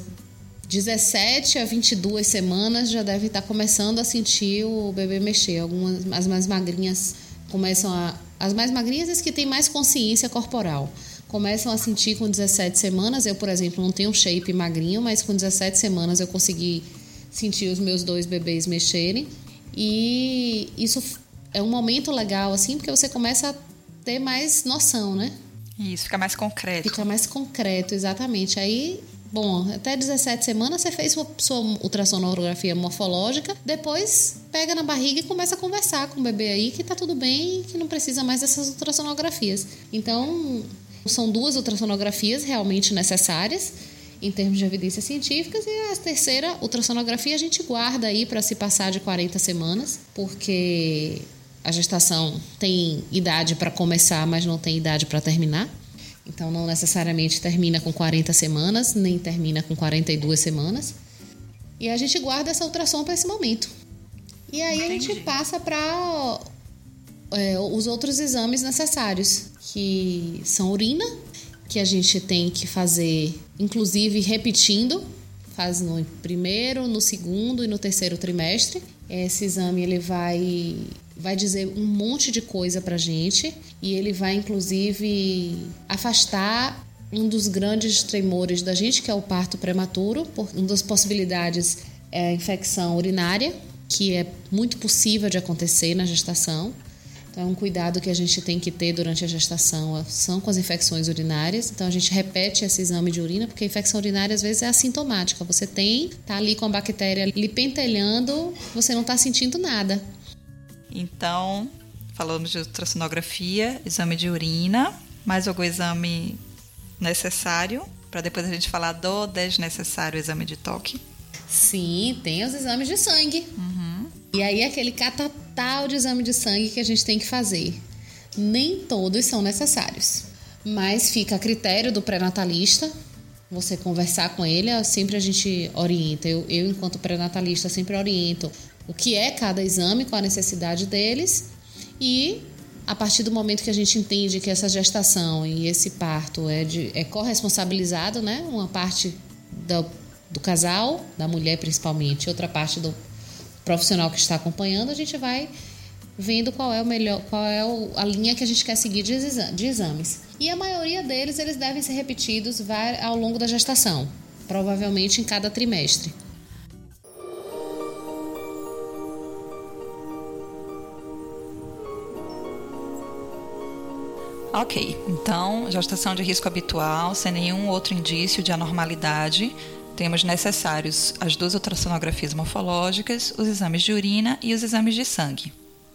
17 a 22 semanas, já deve estar começando a sentir o bebê mexer. As mais magrinhas as mais magrinhas, as que têm mais consciência corporal, começam a sentir com 17 semanas. Eu, por exemplo, não tenho um shape magrinho, mas com 17 semanas eu consegui sentir os meus 2 bebês mexerem. E isso é um momento legal, assim, porque você começa a ter mais noção, né? Isso, fica mais concreto. Fica mais concreto, exatamente. Aí, bom, até 17 semanas você fez sua ultrassonografia morfológica, depois pega na barriga e começa a conversar com o bebê aí que tá tudo bem, que não precisa mais dessas ultrassonografias. Então... são 2 ultrassonografias realmente necessárias em termos de evidências científicas, e a terceira ultrassonografia a gente guarda aí para se passar de 40 semanas, porque a gestação tem idade para começar, mas não tem idade para terminar. Então, não necessariamente termina com 40 semanas, nem termina com 42 semanas. E a gente guarda essa ultrassom para esse momento. E aí a gente passa para os outros exames necessários, que são urina, que a gente tem que fazer, inclusive repetindo, faz no primeiro, no segundo e no terceiro trimestre. Esse exame ele vai dizer um monte de coisa pra gente e ele vai inclusive afastar um dos grandes tremores da gente, que é o parto prematuro. Uma das possibilidades é a infecção urinária, que é muito possível de acontecer na gestação. Então, é um cuidado que a gente tem que ter durante a gestação, são com as infecções urinárias. Então, a gente repete esse exame de urina, porque a infecção urinária, às vezes, é assintomática. Você tá ali com a bactéria lhe pentelhando, você não está sentindo nada. Então, falamos de ultrassonografia, exame de urina, mais algum exame necessário, para depois a gente falar do desnecessário exame de toque? Sim, tem os exames de sangue. E aí, aquele catatal de exame de sangue que a gente tem que fazer. Nem todos são necessários, mas fica a critério do pré-natalista você conversar com ele. Sempre a gente orienta, eu enquanto pré-natalista sempre oriento o que é cada exame, qual a necessidade deles, e a partir do momento que a gente entende que essa gestação e esse parto é corresponsabilizado, né? Uma parte do casal, da mulher principalmente, outra parte do profissional que está acompanhando, a gente vai vendo qual é a linha que a gente quer seguir de exames. E a maioria deles, eles devem ser repetidos ao longo da gestação, provavelmente em cada trimestre. Ok, então, gestação de risco habitual, sem nenhum outro indício de anormalidade. Temos necessários as 2 ultrassonografias morfológicas, os exames de urina e os exames de sangue.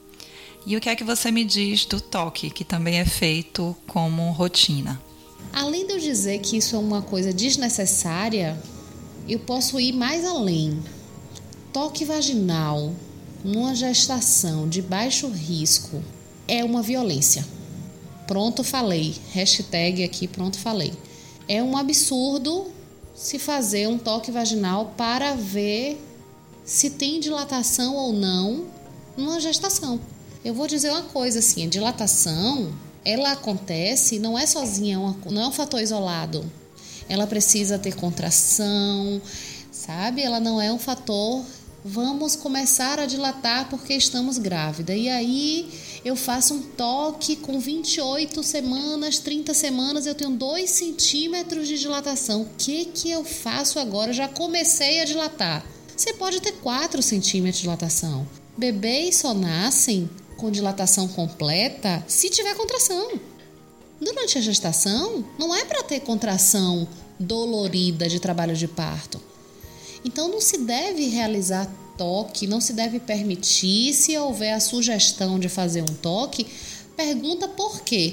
E o que é que você me diz do toque, que também é feito como rotina? Além de eu dizer que isso é uma coisa desnecessária, eu posso ir mais além. Toque vaginal numa gestação de baixo risco é uma violência. Pronto, falei. Hashtag aqui, pronto, falei. É um absurdo se fazer um toque vaginal para ver se tem dilatação ou não numa gestação. Eu vou dizer uma coisa assim, a dilatação, ela acontece, não é sozinha, não é um fator isolado. Ela precisa ter contração, sabe? Ela não é um fator, vamos começar a dilatar porque estamos grávida. E aí eu faço um toque com 28 semanas, 30 semanas, eu tenho 2 centímetros de dilatação. O que eu faço agora? Eu já comecei a dilatar. Você pode ter 4 centímetros de dilatação. Bebês só nascem com dilatação completa se tiver contração. Durante a gestação, não é para ter contração dolorida de trabalho de parto. Então, não se deve realizar toque, não se deve permitir. Se houver a sugestão de fazer um toque, pergunta por quê.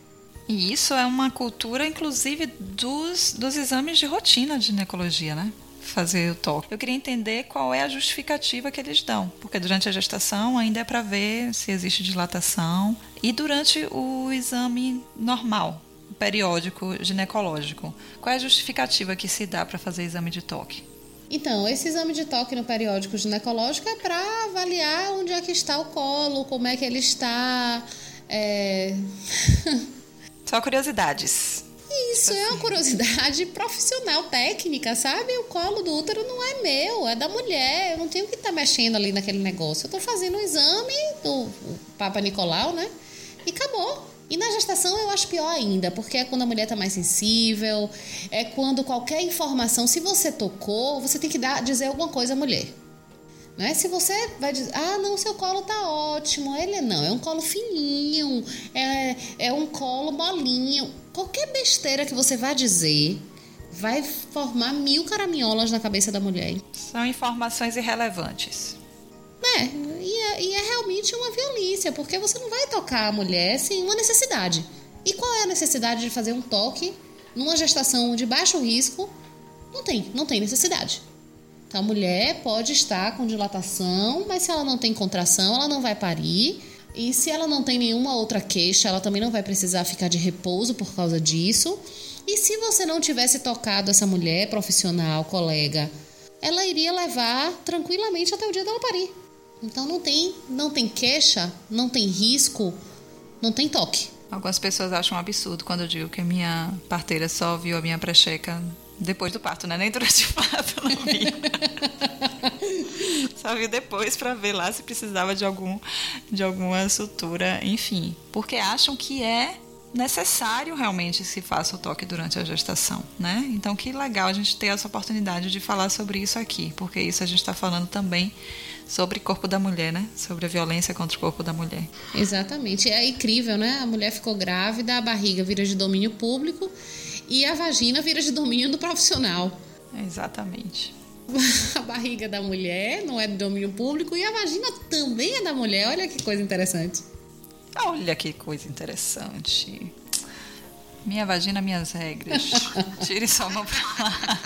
E isso é uma cultura, inclusive, dos exames de rotina de ginecologia, né? Fazer o toque. Eu queria entender qual é a justificativa que eles dão, porque durante a gestação ainda é para ver se existe dilatação. E durante o exame normal, periódico, ginecológico, qual é a justificativa que se dá para fazer exame de toque? Então, esse exame de toque no periódico ginecológico é para avaliar onde é que está o colo, como é que ele está. Só curiosidades. Isso é uma curiosidade profissional, técnica, sabe? O colo do útero não é meu, é da mulher. Eu não tenho que estar mexendo ali naquele negócio. Eu estou fazendo um exame do Papa Nicolau, né? E acabou. E na gestação eu acho pior ainda, porque é quando a mulher está mais sensível, é quando qualquer informação, se você tocou, você tem que dizer alguma coisa à mulher. Não é? Se você vai dizer, não, seu colo tá ótimo, ele não, é um colo fininho, é um colo molinho. Qualquer besteira que você vai dizer vai formar 1000 caraminholas na cabeça da mulher. São informações irrelevantes. E é realmente uma violência, porque você não vai tocar a mulher sem uma necessidade. E qual é a necessidade de fazer um toque numa gestação de baixo risco? Não tem necessidade. Então, a mulher pode estar com dilatação, mas se ela não tem contração, ela não vai parir. E se ela não tem nenhuma outra queixa, ela também não vai precisar ficar de repouso por causa disso. E se você não tivesse tocado essa mulher profissional, colega, ela iria levar tranquilamente até o dia dela parir. Então não tem queixa, não tem risco, não tem toque. Algumas pessoas acham um absurdo quando eu digo que a minha parteira só viu a minha precheca Depois do parto, né? Nem durante o parto não vi. Só vi depois para ver lá se precisava de alguma sutura, enfim. Porque acham que é necessário realmente que se faça o toque durante a gestação, né? Então, que legal a gente ter essa oportunidade de falar sobre isso aqui, porque isso a gente está falando também sobre o corpo da mulher, né? Sobre a violência contra o corpo da mulher. Exatamente. É incrível, né? A mulher ficou grávida, a barriga vira de domínio público e a vagina vira de domínio do profissional. Exatamente. A barriga da mulher não é de domínio público e a vagina também é da mulher. Olha que coisa interessante. Olha que coisa interessante. Minha vagina, minhas regras. Tire sua mão pra lá.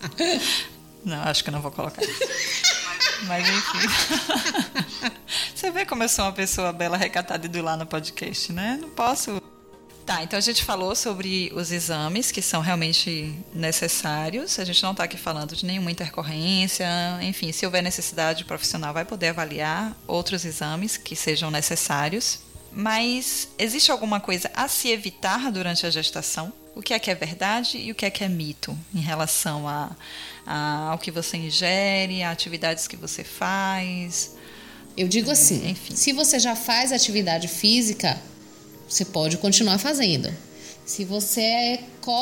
Não, acho que eu não vou colocar isso. Mas enfim. Você vê como eu sou uma pessoa bela, recatada e do lá no podcast, né? Não posso. Tá, então a gente falou sobre os exames que são realmente necessários. A gente não está aqui falando de nenhuma intercorrência. Enfim, se houver necessidade, o profissional vai poder avaliar outros exames que sejam necessários. Mas existe alguma coisa a se evitar durante a gestação? O que é verdade e o que é mito em relação ao que você ingere, a atividades que você faz? Eu digo assim, enfim. Se você já faz atividade física, você pode continuar fazendo. Se você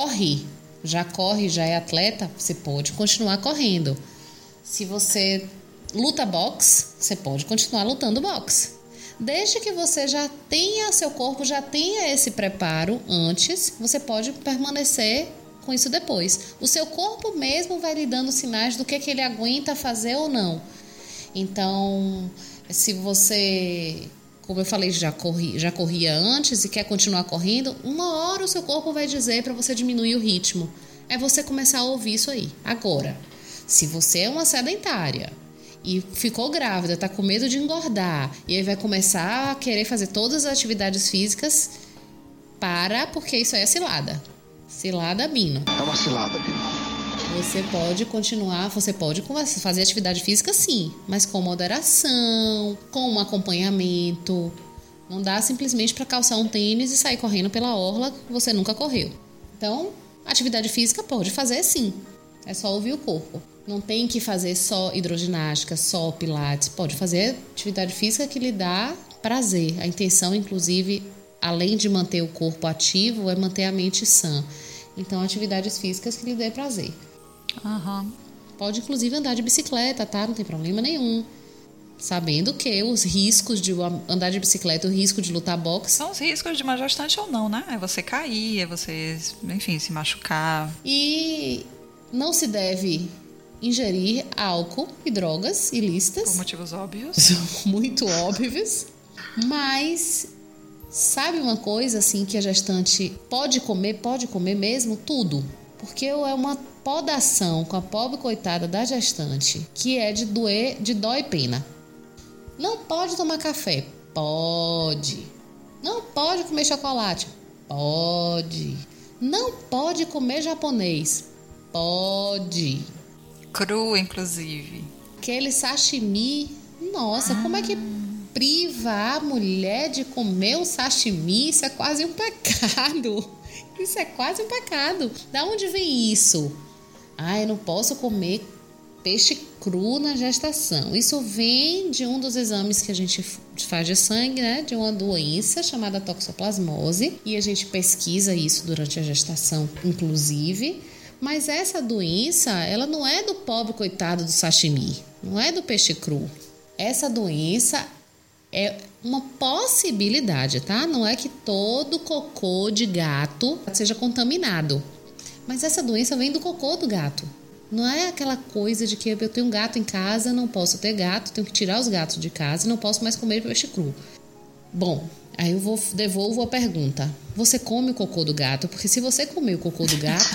já é atleta, você pode continuar correndo. Se você luta boxe, você pode continuar lutando boxe. Desde que você seu corpo já tenha esse preparo antes, você pode permanecer com isso depois. O seu corpo mesmo vai lhe dando sinais do que ele aguenta fazer ou não. Então, se você, como eu falei, já corria antes e quer continuar correndo, uma hora o seu corpo vai dizer para você diminuir o ritmo. É você começar a ouvir isso aí. Agora, se você é uma sedentária e ficou grávida, tá com medo de engordar, e aí vai começar a querer fazer todas as atividades físicas, porque isso aí é cilada. Cilada, Bino. É uma cilada, Bino. Você pode fazer atividade física sim, mas com moderação, com um acompanhamento. Não dá simplesmente para calçar um tênis e sair correndo pela orla que você nunca correu. Então, atividade física pode fazer sim. É só ouvir o corpo. Não tem que fazer só hidroginástica, só pilates. Pode fazer atividade física que lhe dá prazer. A intenção, inclusive, além de manter o corpo ativo, é manter a mente sã. Então, atividades físicas que lhe dê prazer. Uhum. Pode, inclusive, andar de bicicleta, tá? Não tem problema nenhum. Sabendo que os riscos de andar de bicicleta, o risco de lutar boxe... São os riscos de uma gestante ou não, né? É você cair, é você, enfim, se machucar. E não se deve ingerir álcool e drogas ilícitas. Por motivos óbvios. Muito óbvios. Mas sabe uma coisa assim que a gestante pode comer mesmo? Tudo. Porque é uma podação com a pobre coitada da gestante, que é de dó e pena. Não pode tomar café? Pode. Não pode comer chocolate? Pode. Não pode comer japonês? Pode. Cru, inclusive. Aquele sashimi. Nossa, como é que priva a mulher de comer um sashimi? Isso é quase um pecado. Isso é quase um pecado. Da onde vem isso? Eu não posso comer peixe cru na gestação. Isso vem de um dos exames que a gente faz de sangue, né? De uma doença chamada toxoplasmose. E a gente pesquisa isso durante a gestação, inclusive. Mas essa doença, ela não é do pobre coitado do sashimi. Não é do peixe cru. Essa doença é uma possibilidade, tá? Não é que todo cocô de gato seja contaminado. Mas essa doença vem do cocô do gato. Não é aquela coisa de que eu tenho um gato em casa, não posso ter gato, tenho que tirar os gatos de casa e não posso mais comer peixe cru. Bom, aí eu devolvo a pergunta. Você come o cocô do gato? Porque se você comer o cocô do gato...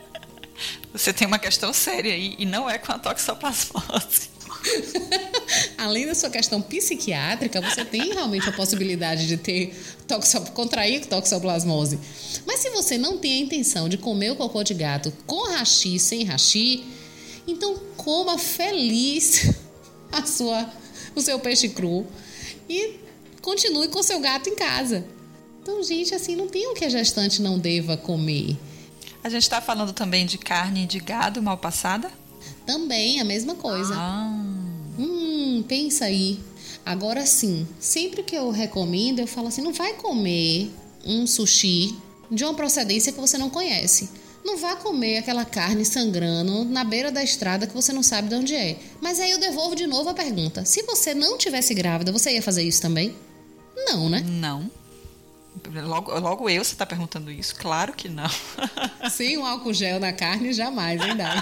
Você tem uma questão séria aí, e não é com a toxoplasmose. Além da sua questão psiquiátrica, você tem realmente a possibilidade de contrair toxoplasmose. Mas se você não tem a intenção de comer o cocô de gato com hashi, sem hashi, então coma feliz o seu peixe cru e continue com o seu gato em casa. Então, gente, assim, não tem o que a gestante não deva comer. A gente está falando também de carne de gado mal passada? Também a mesma coisa. Pensa aí. Agora sim, sempre que eu recomendo, eu falo assim, não vai comer um sushi de uma procedência que você não conhece. Não vá comer aquela carne sangrando na beira da estrada que você não sabe de onde é. Mas aí eu devolvo de novo a pergunta. Se você não tivesse grávida, você ia fazer isso também? Não, né? Não. Logo você está perguntando isso. Claro que não. Sem um álcool gel na carne, jamais, hein, Dai?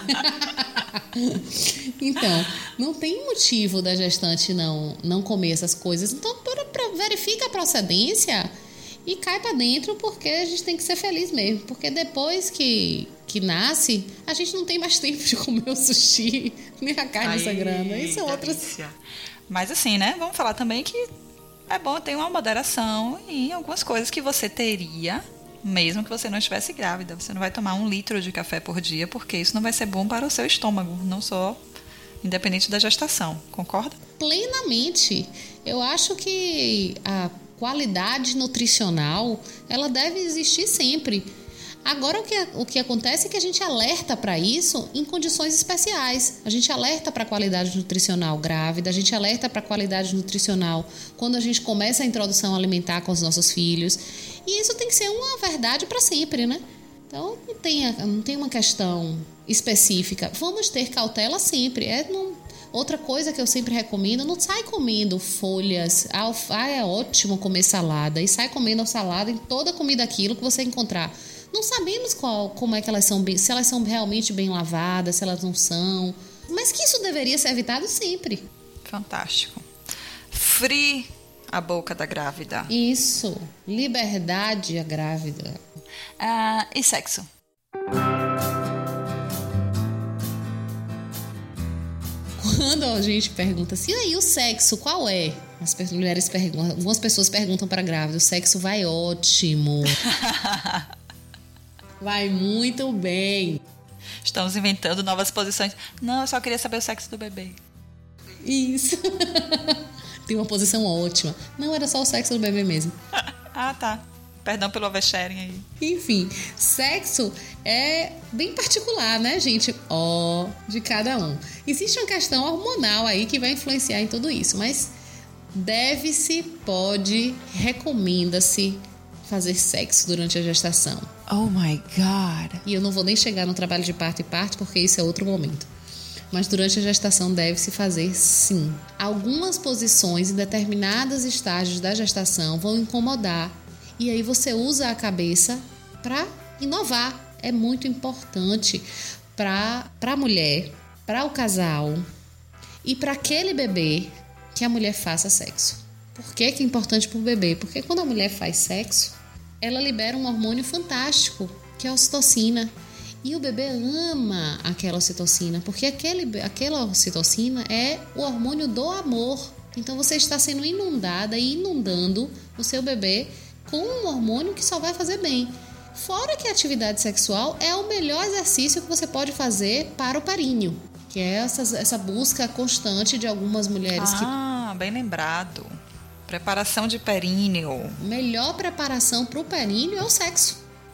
Então, não tem motivo da gestante não comer essas coisas. Então, verifica a procedência e cai pra dentro, porque a gente tem que ser feliz mesmo. Porque depois que nasce, a gente não tem mais tempo de comer o sushi, nem a carne sangrando. Isso é outras. Mas assim, né? Vamos falar também que é bom ter uma moderação em algumas coisas que você teria, mesmo que você não estivesse grávida. Você não vai tomar 1 litro de café por dia, porque isso não vai ser bom para o seu estômago, não só independente da gestação. Concorda? Plenamente. Eu acho que a qualidade nutricional, ela deve existir sempre. Agora, o que acontece é que a gente alerta para isso em condições especiais. A gente alerta para a qualidade nutricional grávida, a gente alerta para a qualidade nutricional quando a gente começa a introdução alimentar com os nossos filhos. E isso tem que ser uma verdade para sempre, né? Então, não tem uma questão específica. Vamos ter cautela sempre. Outra coisa que eu sempre recomendo, não sai comendo folhas. É ótimo comer salada. E sai comendo salada em toda comida aquilo que você encontrar. Não sabemos como é que elas são, se elas são realmente bem lavadas, se elas não são. Mas que isso deveria ser evitado sempre. Fantástico. Free a boca da grávida. Isso. Liberdade à grávida. E sexo? Quando a gente pergunta assim, e aí, o sexo, qual é? Mulheres perguntam, algumas pessoas perguntam para a grávida, o sexo vai ótimo. Vai muito bem. Estamos inventando novas posições. Não, eu só queria saber o sexo do bebê. Isso. Tem uma posição ótima. Não, era só o sexo do bebê mesmo. Tá. Perdão pelo oversharing aí. Enfim, sexo é bem particular, né, gente? De cada um. Existe uma questão hormonal aí que vai influenciar em tudo isso, mas recomenda-se fazer sexo durante a gestação. Oh my God! E eu não vou nem chegar no trabalho de parto e parto, porque isso é outro momento. Mas durante a gestação deve-se fazer sim. Algumas posições em determinados estágios da gestação vão incomodar. E aí você usa a cabeça para inovar. É muito importante para a mulher, para o casal e para aquele bebê que a mulher faça sexo. Por que é importante para o bebê? Porque quando a mulher faz sexo, ela libera um hormônio fantástico, que é a ocitocina. E o bebê ama aquela ocitocina, porque aquela ocitocina é o hormônio do amor. Então você está sendo inundada e inundando o seu bebê com um hormônio que só vai fazer bem. Fora que a atividade sexual é o melhor exercício que você pode fazer para o períneo, que é essa busca constante de algumas mulheres bem lembrado. Preparação de períneo. Melhor preparação para o períneo é o sexo.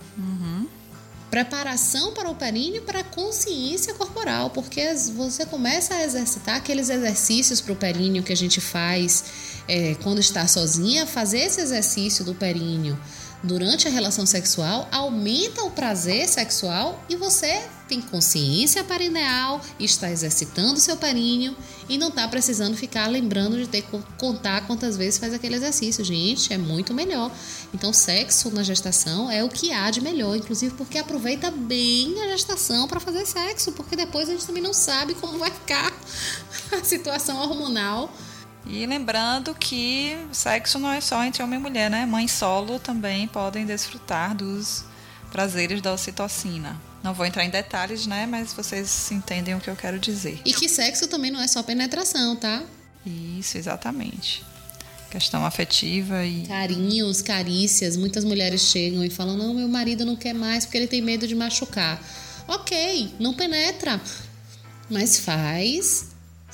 Preparação para o períneo para a consciência corporal, porque você começa a exercitar aqueles exercícios para o períneo que a gente faz quando está sozinha. Fazer esse exercício do períneo durante a relação sexual aumenta o prazer sexual e você tem consciência perineal, está exercitando o seu períneo e não está precisando ficar lembrando de ter que contar quantas vezes faz aquele exercício. Gente, é muito melhor. Então, sexo na gestação é o que há de melhor, inclusive porque aproveita bem a gestação para fazer sexo, porque depois a gente também não sabe como vai ficar a situação hormonal. E lembrando que sexo não é só entre homem e mulher, né? Mães solo também podem desfrutar dos prazeres da ocitocina. Não vou entrar em detalhes, né? Mas vocês entendem o que eu quero dizer. E que sexo também não é só penetração, tá? Isso, exatamente. Questão afetiva e... carinhos, carícias. Muitas mulheres chegam e falam, não, meu marido não quer mais porque ele tem medo de machucar. Ok, não penetra. Mas faz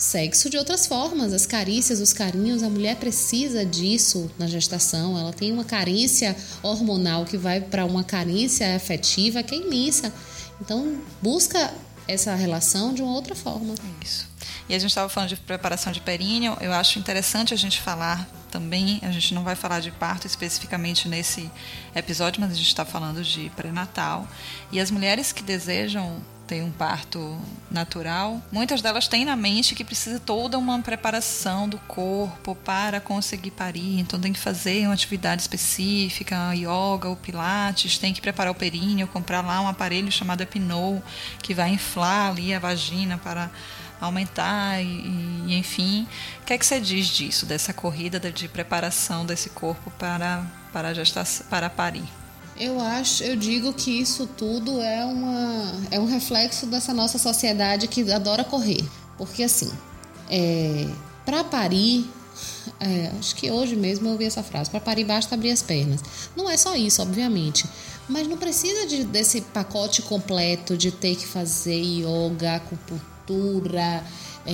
sexo de outras formas, as carícias, os carinhos. A mulher precisa disso na gestação. Ela tem uma carência hormonal que vai para uma carência afetiva que é imensa. Então, busca essa relação de uma outra forma. Isso. E a gente estava falando de preparação de períneo. Eu acho interessante a gente falar também, a gente não vai falar de parto especificamente nesse episódio, mas a gente está falando de pré-natal. E as mulheres que desejam ter um parto natural, muitas delas têm na mente que precisa toda uma preparação do corpo para conseguir parir. Então tem que fazer uma atividade específica, yoga ou pilates, tem que preparar o períneo, comprar lá um aparelho chamado Epinou, que vai inflar ali a vagina para aumentar e enfim. O que é que você diz disso, dessa corrida de preparação desse corpo para a gestação, para parir? Eu digo que isso tudo é um reflexo dessa nossa sociedade que adora correr. Porque assim, para parir, acho que hoje mesmo eu ouvi essa frase, para parir basta abrir as pernas. Não é só isso, obviamente. Mas não precisa desse pacote completo de ter que fazer yoga, acupuntura,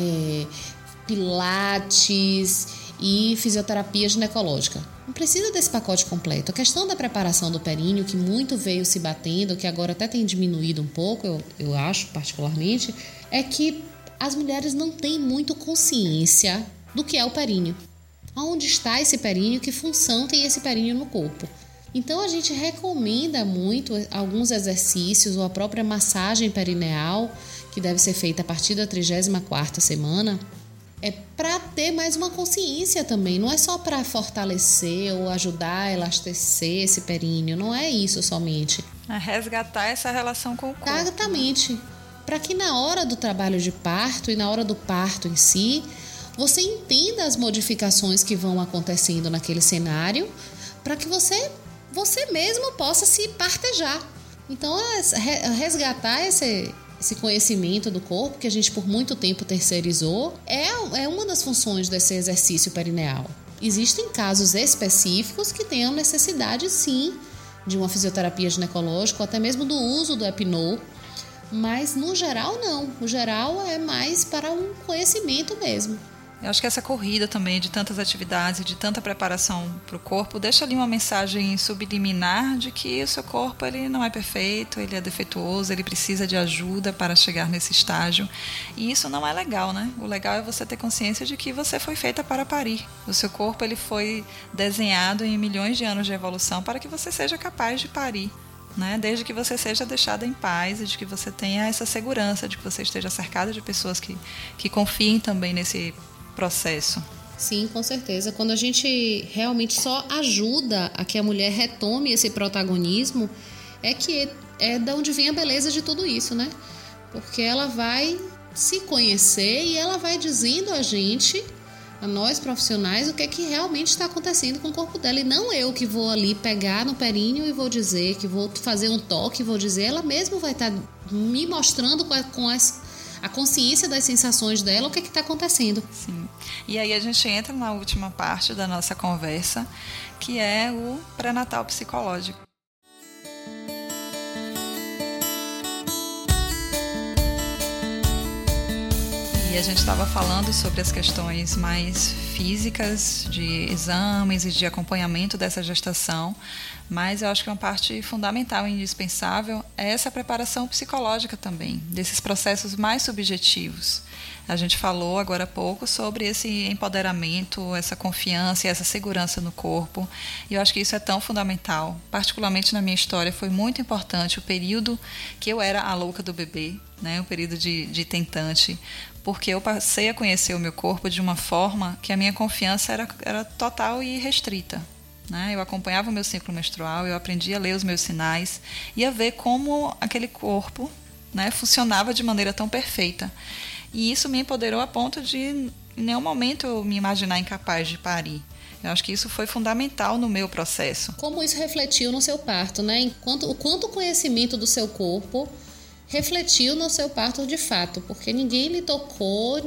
pilates e fisioterapia ginecológica. Não precisa desse pacote completo. A questão da preparação do períneo, que muito veio se batendo, que agora até tem diminuído um pouco, eu acho particularmente, é que as mulheres não têm muito consciência do que é o períneo. Onde está esse períneo? Que função tem esse períneo no corpo? Então a gente recomenda muito alguns exercícios ou a própria massagem perineal, que deve ser feita a partir da 34ª semana, para ter mais uma consciência também. Não é só para fortalecer ou ajudar a elastecer esse períneo, não é isso somente. É resgatar essa relação com o corpo. Exatamente. Para que na hora do trabalho de parto e na hora do parto em si, você entenda as modificações que vão acontecendo naquele cenário, para que você mesmo possa se partejar. Então, resgatar esse conhecimento do corpo, que a gente por muito tempo terceirizou, é uma das funções desse exercício perineal. Existem casos específicos que tenham necessidade, sim, de uma fisioterapia ginecológica, ou até mesmo do uso do Epinou, mas no geral não. No geral é mais para um conhecimento mesmo. Eu acho que essa corrida também de tantas atividades, de tanta preparação para o corpo, deixa ali uma mensagem subliminar de que o seu corpo ele não é perfeito, ele é defeituoso, ele precisa de ajuda para chegar nesse estágio. E isso não é legal, né? O legal é você ter consciência de que você foi feita para parir. O seu corpo ele foi desenhado em milhões de anos de evolução para que você seja capaz de parir. Né? Desde que você seja deixada em paz e de que você tenha essa segurança, de que você esteja cercada de pessoas que confiem também nesse processo. Sim, com certeza. Quando a gente realmente só ajuda a que a mulher retome esse protagonismo, é da onde vem a beleza de tudo isso, né? Porque ela vai se conhecer e ela vai dizendo a nós profissionais, o que é que realmente está acontecendo com o corpo dela. E não eu que vou ali pegar no períneo e vou dizer, que vou fazer um toque e vou dizer, ela mesma vai estar me mostrando com a consciência das sensações dela, o que está acontecendo. Sim. E aí a gente entra na última parte da nossa conversa, que é o pré-natal psicológico. E a gente estava falando sobre as questões mais físicas, de exames e de acompanhamento dessa gestação, mas eu acho que uma parte fundamental e indispensável é essa preparação psicológica também, desses processos mais subjetivos. A gente falou agora há pouco sobre esse empoderamento, essa confiança e essa segurança no corpo, e eu acho que isso é tão fundamental. Particularmente na minha história foi muito importante o período que eu era a louca do bebê, né? O período de tentante, porque eu passei a conhecer o meu corpo de uma forma que a minha confiança era total e restrita. Né? Eu acompanhava o meu ciclo menstrual, eu aprendi a ler os meus sinais e a ver como aquele corpo, né, funcionava de maneira tão perfeita. E isso me empoderou a ponto de, em nenhum momento, eu me imaginar incapaz de parir. Eu acho que isso foi fundamental no meu processo. Como isso refletiu no seu parto, né? O quanto conhecimento do seu corpo refletiu no seu parto de fato, porque ninguém lhe tocou,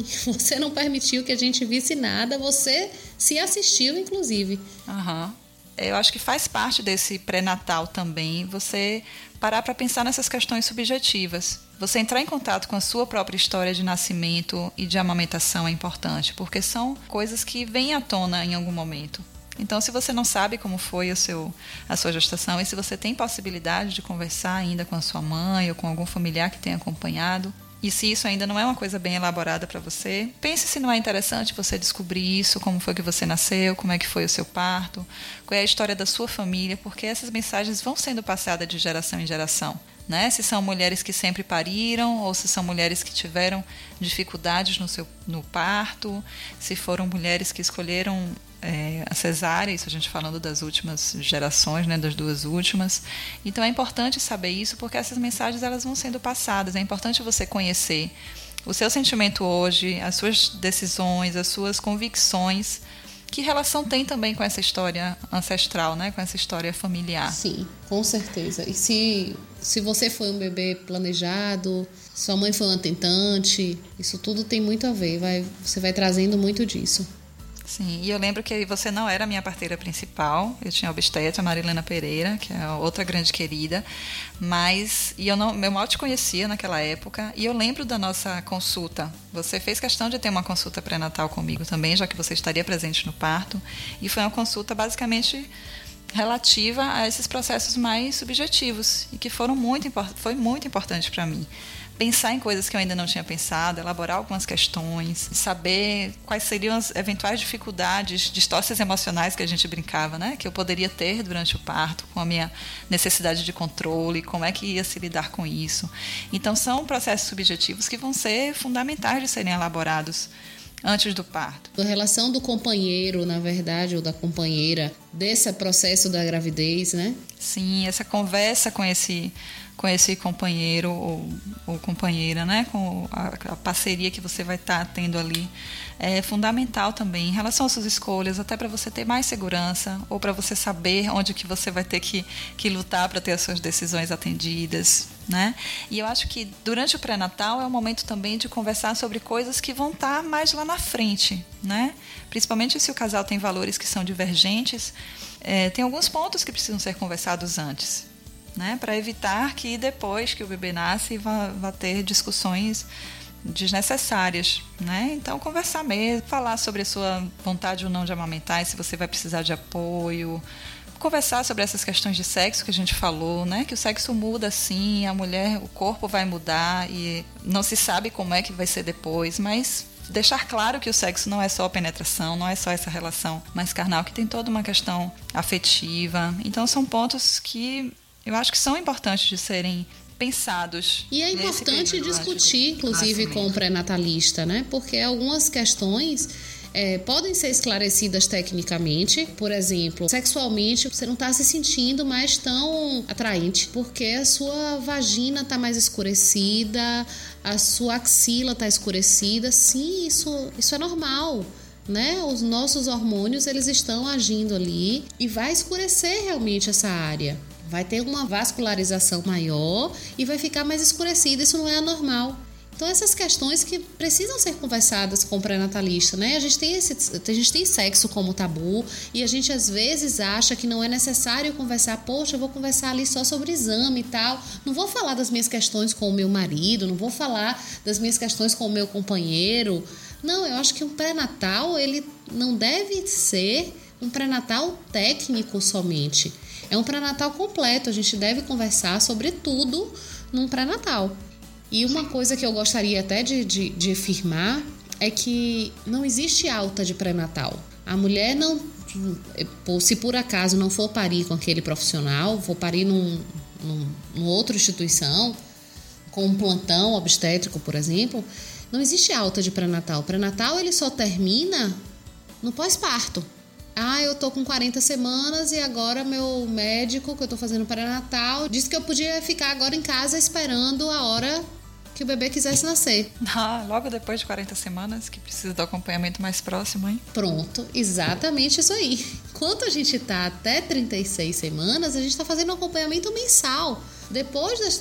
você não permitiu que a gente visse nada, você se assistiu, inclusive. Aham. eu acho que faz parte desse pré-natal também você parar para pensar nessas questões subjetivas. Você entrar em contato com a sua própria história de nascimento e de amamentação é importante, porque são coisas que vêm à tona em algum momento. Então, se você não sabe como foi a sua gestação e se você tem possibilidade de conversar ainda com a sua mãe ou com algum familiar que tenha acompanhado, e se isso ainda não é uma coisa bem elaborada para você, pense se não é interessante você descobrir isso, como foi que você nasceu, como é que foi o seu parto, qual é a história da sua família, porque essas mensagens vão sendo passadas de geração em geração. Né? Se são mulheres que sempre pariram ou se são mulheres que tiveram dificuldades no parto, se foram mulheres que escolheram a cesárea, isso a gente falando das últimas gerações, né, das 2 últimas. Então é importante saber isso porque essas mensagens elas vão sendo passadas. É importante você conhecer o seu sentimento hoje, as suas decisões, as suas convicções. Que relação tem também com essa história ancestral, né? Com essa história familiar? Sim, com certeza. E se você foi um bebê planejado, sua mãe foi uma tentante, isso tudo tem muito a ver. Você vai trazendo muito disso. Sim, e eu lembro que você não era a minha parteira principal, eu tinha a obstetra, Marilena Pereira, que é outra grande querida, eu mal te conhecia naquela época, e eu lembro da nossa consulta. Você fez questão de ter uma consulta pré-natal comigo também, já que você estaria presente no parto, e foi uma consulta basicamente relativa a esses processos mais subjetivos, e que foi muito importante para mim. Pensar em coisas que eu ainda não tinha pensado, elaborar algumas questões, saber quais seriam as eventuais dificuldades, distorções emocionais que a gente brincava, né? Que eu poderia ter durante o parto, com a minha necessidade de controle, como é que ia se lidar com isso. Então, são processos subjetivos que vão ser fundamentais de serem elaborados antes do parto. A relação do companheiro, na verdade, ou da companheira, desse processo da gravidez, né? Sim, essa conversa com esse companheiro ou companheira, né? Com a parceria que você vai estar tendo ali é fundamental também em relação às suas escolhas, até para você ter mais segurança ou para você saber onde que você vai ter que lutar para ter as suas decisões atendidas, né? E eu acho que durante o pré-natal é um momento também de conversar sobre coisas que vão estar mais lá na frente, né? Principalmente se o casal tem valores que são divergentes, tem alguns pontos que precisam ser conversados antes, né, para evitar que depois que o bebê nasce vá ter discussões desnecessárias, né? Então conversar mesmo, falar sobre a sua vontade ou não de amamentar, e se você vai precisar de apoio, conversar sobre essas questões de sexo que a gente falou, né? Que o sexo muda sim, a mulher, o corpo vai mudar e não se sabe como é que vai ser depois, mas deixar claro que o sexo não é só a penetração, não é só essa relação mais carnal, que tem toda uma questão afetiva. Então são pontos que eu acho que são importantes de serem pensados. E é importante discutir, inclusive, com o pré-natalista, né? Porque algumas questões podem ser esclarecidas tecnicamente. Por exemplo, sexualmente, você não está se sentindo mais tão atraente, porque a sua vagina está mais escurecida, a sua axila está escurecida. Sim, isso é normal, né? Os nossos hormônios, eles estão agindo ali e vai escurecer realmente essa área. Vai ter uma vascularização maior e vai ficar mais escurecida. Isso não é anormal. Então, essas questões que precisam ser conversadas com o pré-natalista, né? A gente tem sexo como tabu e a gente, às vezes, acha que não é necessário conversar. Poxa, eu vou conversar ali só sobre exame e tal. Não vou falar das minhas questões com o meu marido, não vou falar das minhas questões com o meu companheiro. Não, eu acho que um pré-natal, ele não deve ser um pré-natal técnico somente. É um pré-natal completo, a gente deve conversar sobre tudo num pré-natal. E uma coisa que eu gostaria até de afirmar é que não existe alta de pré-natal. A mulher não, se por acaso não for parir com aquele profissional, for parir numa outra instituição, com um plantão obstétrico, por exemplo, não existe alta de pré-natal. O pré-natal ele só termina no pós-parto. Eu tô com 40 semanas e agora meu médico que eu tô fazendo pré-natal disse que eu podia ficar agora em casa esperando a hora que o bebê quisesse nascer. Logo depois de 40 semanas, que precisa do acompanhamento mais próximo, hein? Pronto, exatamente isso aí. Enquanto a gente tá até 36 semanas, a gente tá fazendo um acompanhamento mensal. Depois da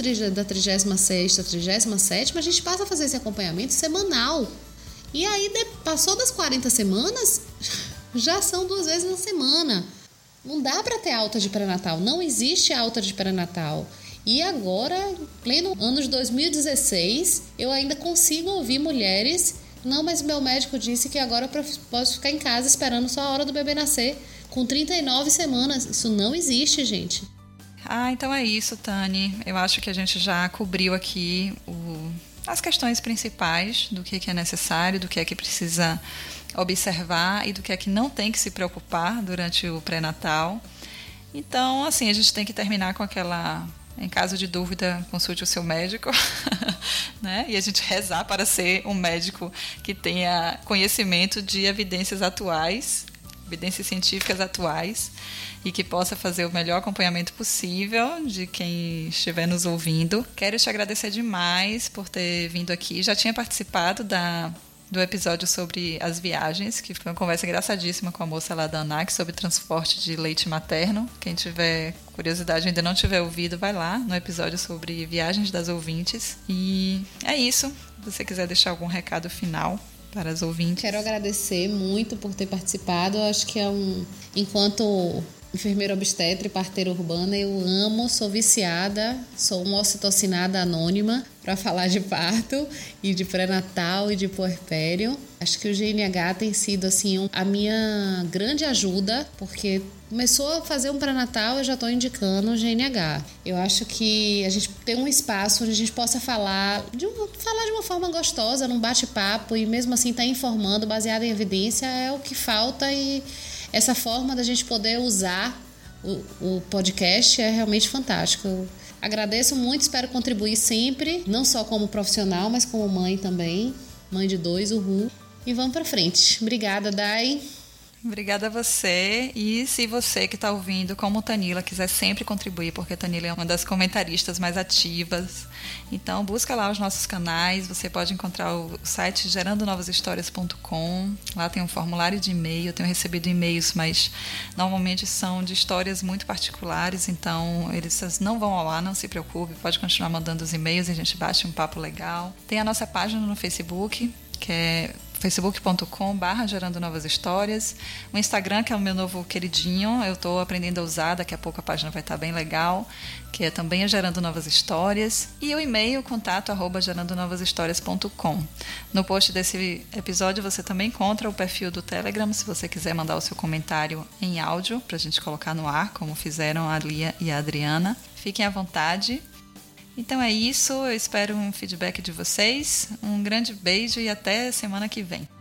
36ª, 37ª, a gente passa a fazer esse acompanhamento semanal. E aí, passou das 40 semanas... já são 2 vezes na semana. Não dá para ter alta de pré-natal, não existe alta de pré-natal. E agora, pleno ano de 2016, eu ainda consigo ouvir mulheres: não, mas meu médico disse que agora eu posso ficar em casa esperando só a hora do bebê nascer, com 39 semanas. Isso não existe, gente. Então é isso, Tani. Eu acho que a gente já cobriu aqui as questões principais do que é necessário, do que é que precisa observar e do que é que não tem que se preocupar durante o pré-natal. Então, assim, a gente tem que terminar com aquela: em caso de dúvida, consulte o seu médico, né? E a gente rezar para ser um médico que tenha conhecimento de evidências atuais, evidências científicas atuais, e que possa fazer o melhor acompanhamento possível de quem estiver nos ouvindo. Quero te agradecer demais por ter vindo aqui. Já tinha participado do episódio sobre as viagens, que foi uma conversa engraçadíssima com a moça lá da ANAC sobre transporte de leite materno. Quem tiver curiosidade, ainda não tiver ouvido, vai lá no episódio sobre viagens das ouvintes. E é isso. Se você quiser deixar algum recado final para as ouvintes. Quero agradecer muito por ter participado. Eu acho que enquanto enfermeira obstetra e parteira urbana, eu amo, sou viciada, sou uma ocitocinada anônima para falar de parto e de pré-natal e de puerpério. Acho que o GNH tem sido assim a minha grande ajuda, porque começou a fazer um pré-natal, eu já estou indicando o GNH. Eu acho que a gente tem um espaço onde a gente possa falar de uma forma gostosa, num bate-papo, e mesmo assim estar informando, baseado em evidência, é o que falta. E essa forma da gente poder usar o podcast é realmente fantástico. Eu agradeço muito, espero contribuir sempre, não só como profissional, mas como mãe também. Mãe de 2, uhul. E vamos pra frente. Obrigada, Dai. Obrigada a você. E se você que está ouvindo, como Tanila, quiser sempre contribuir, porque a Tanila é uma das comentaristas mais ativas, então busca lá os nossos canais. Você pode encontrar o site gerandonovashistorias.com. Lá tem um formulário de e-mail. Eu tenho recebido e-mails, mas normalmente são de histórias muito particulares, então eles não vão ao ar, não se preocupe. Pode continuar mandando os e-mails e a gente bate um papo legal. Tem a nossa página no Facebook, que é facebook.com/gerando novas histórias. O Instagram, que é o meu novo queridinho, eu estou aprendendo a usar, daqui a pouco a página vai estar bem legal, que é também Gerando Novas Histórias. E o e-mail, contato@gerandonovashistorias.com. No post desse episódio você também encontra o perfil do Telegram, se você quiser mandar o seu comentário em áudio, para a gente colocar no ar, como fizeram a Lia e a Adriana. Fiquem à vontade. Então é isso, eu espero um feedback de vocês. Um grande beijo e até semana que vem.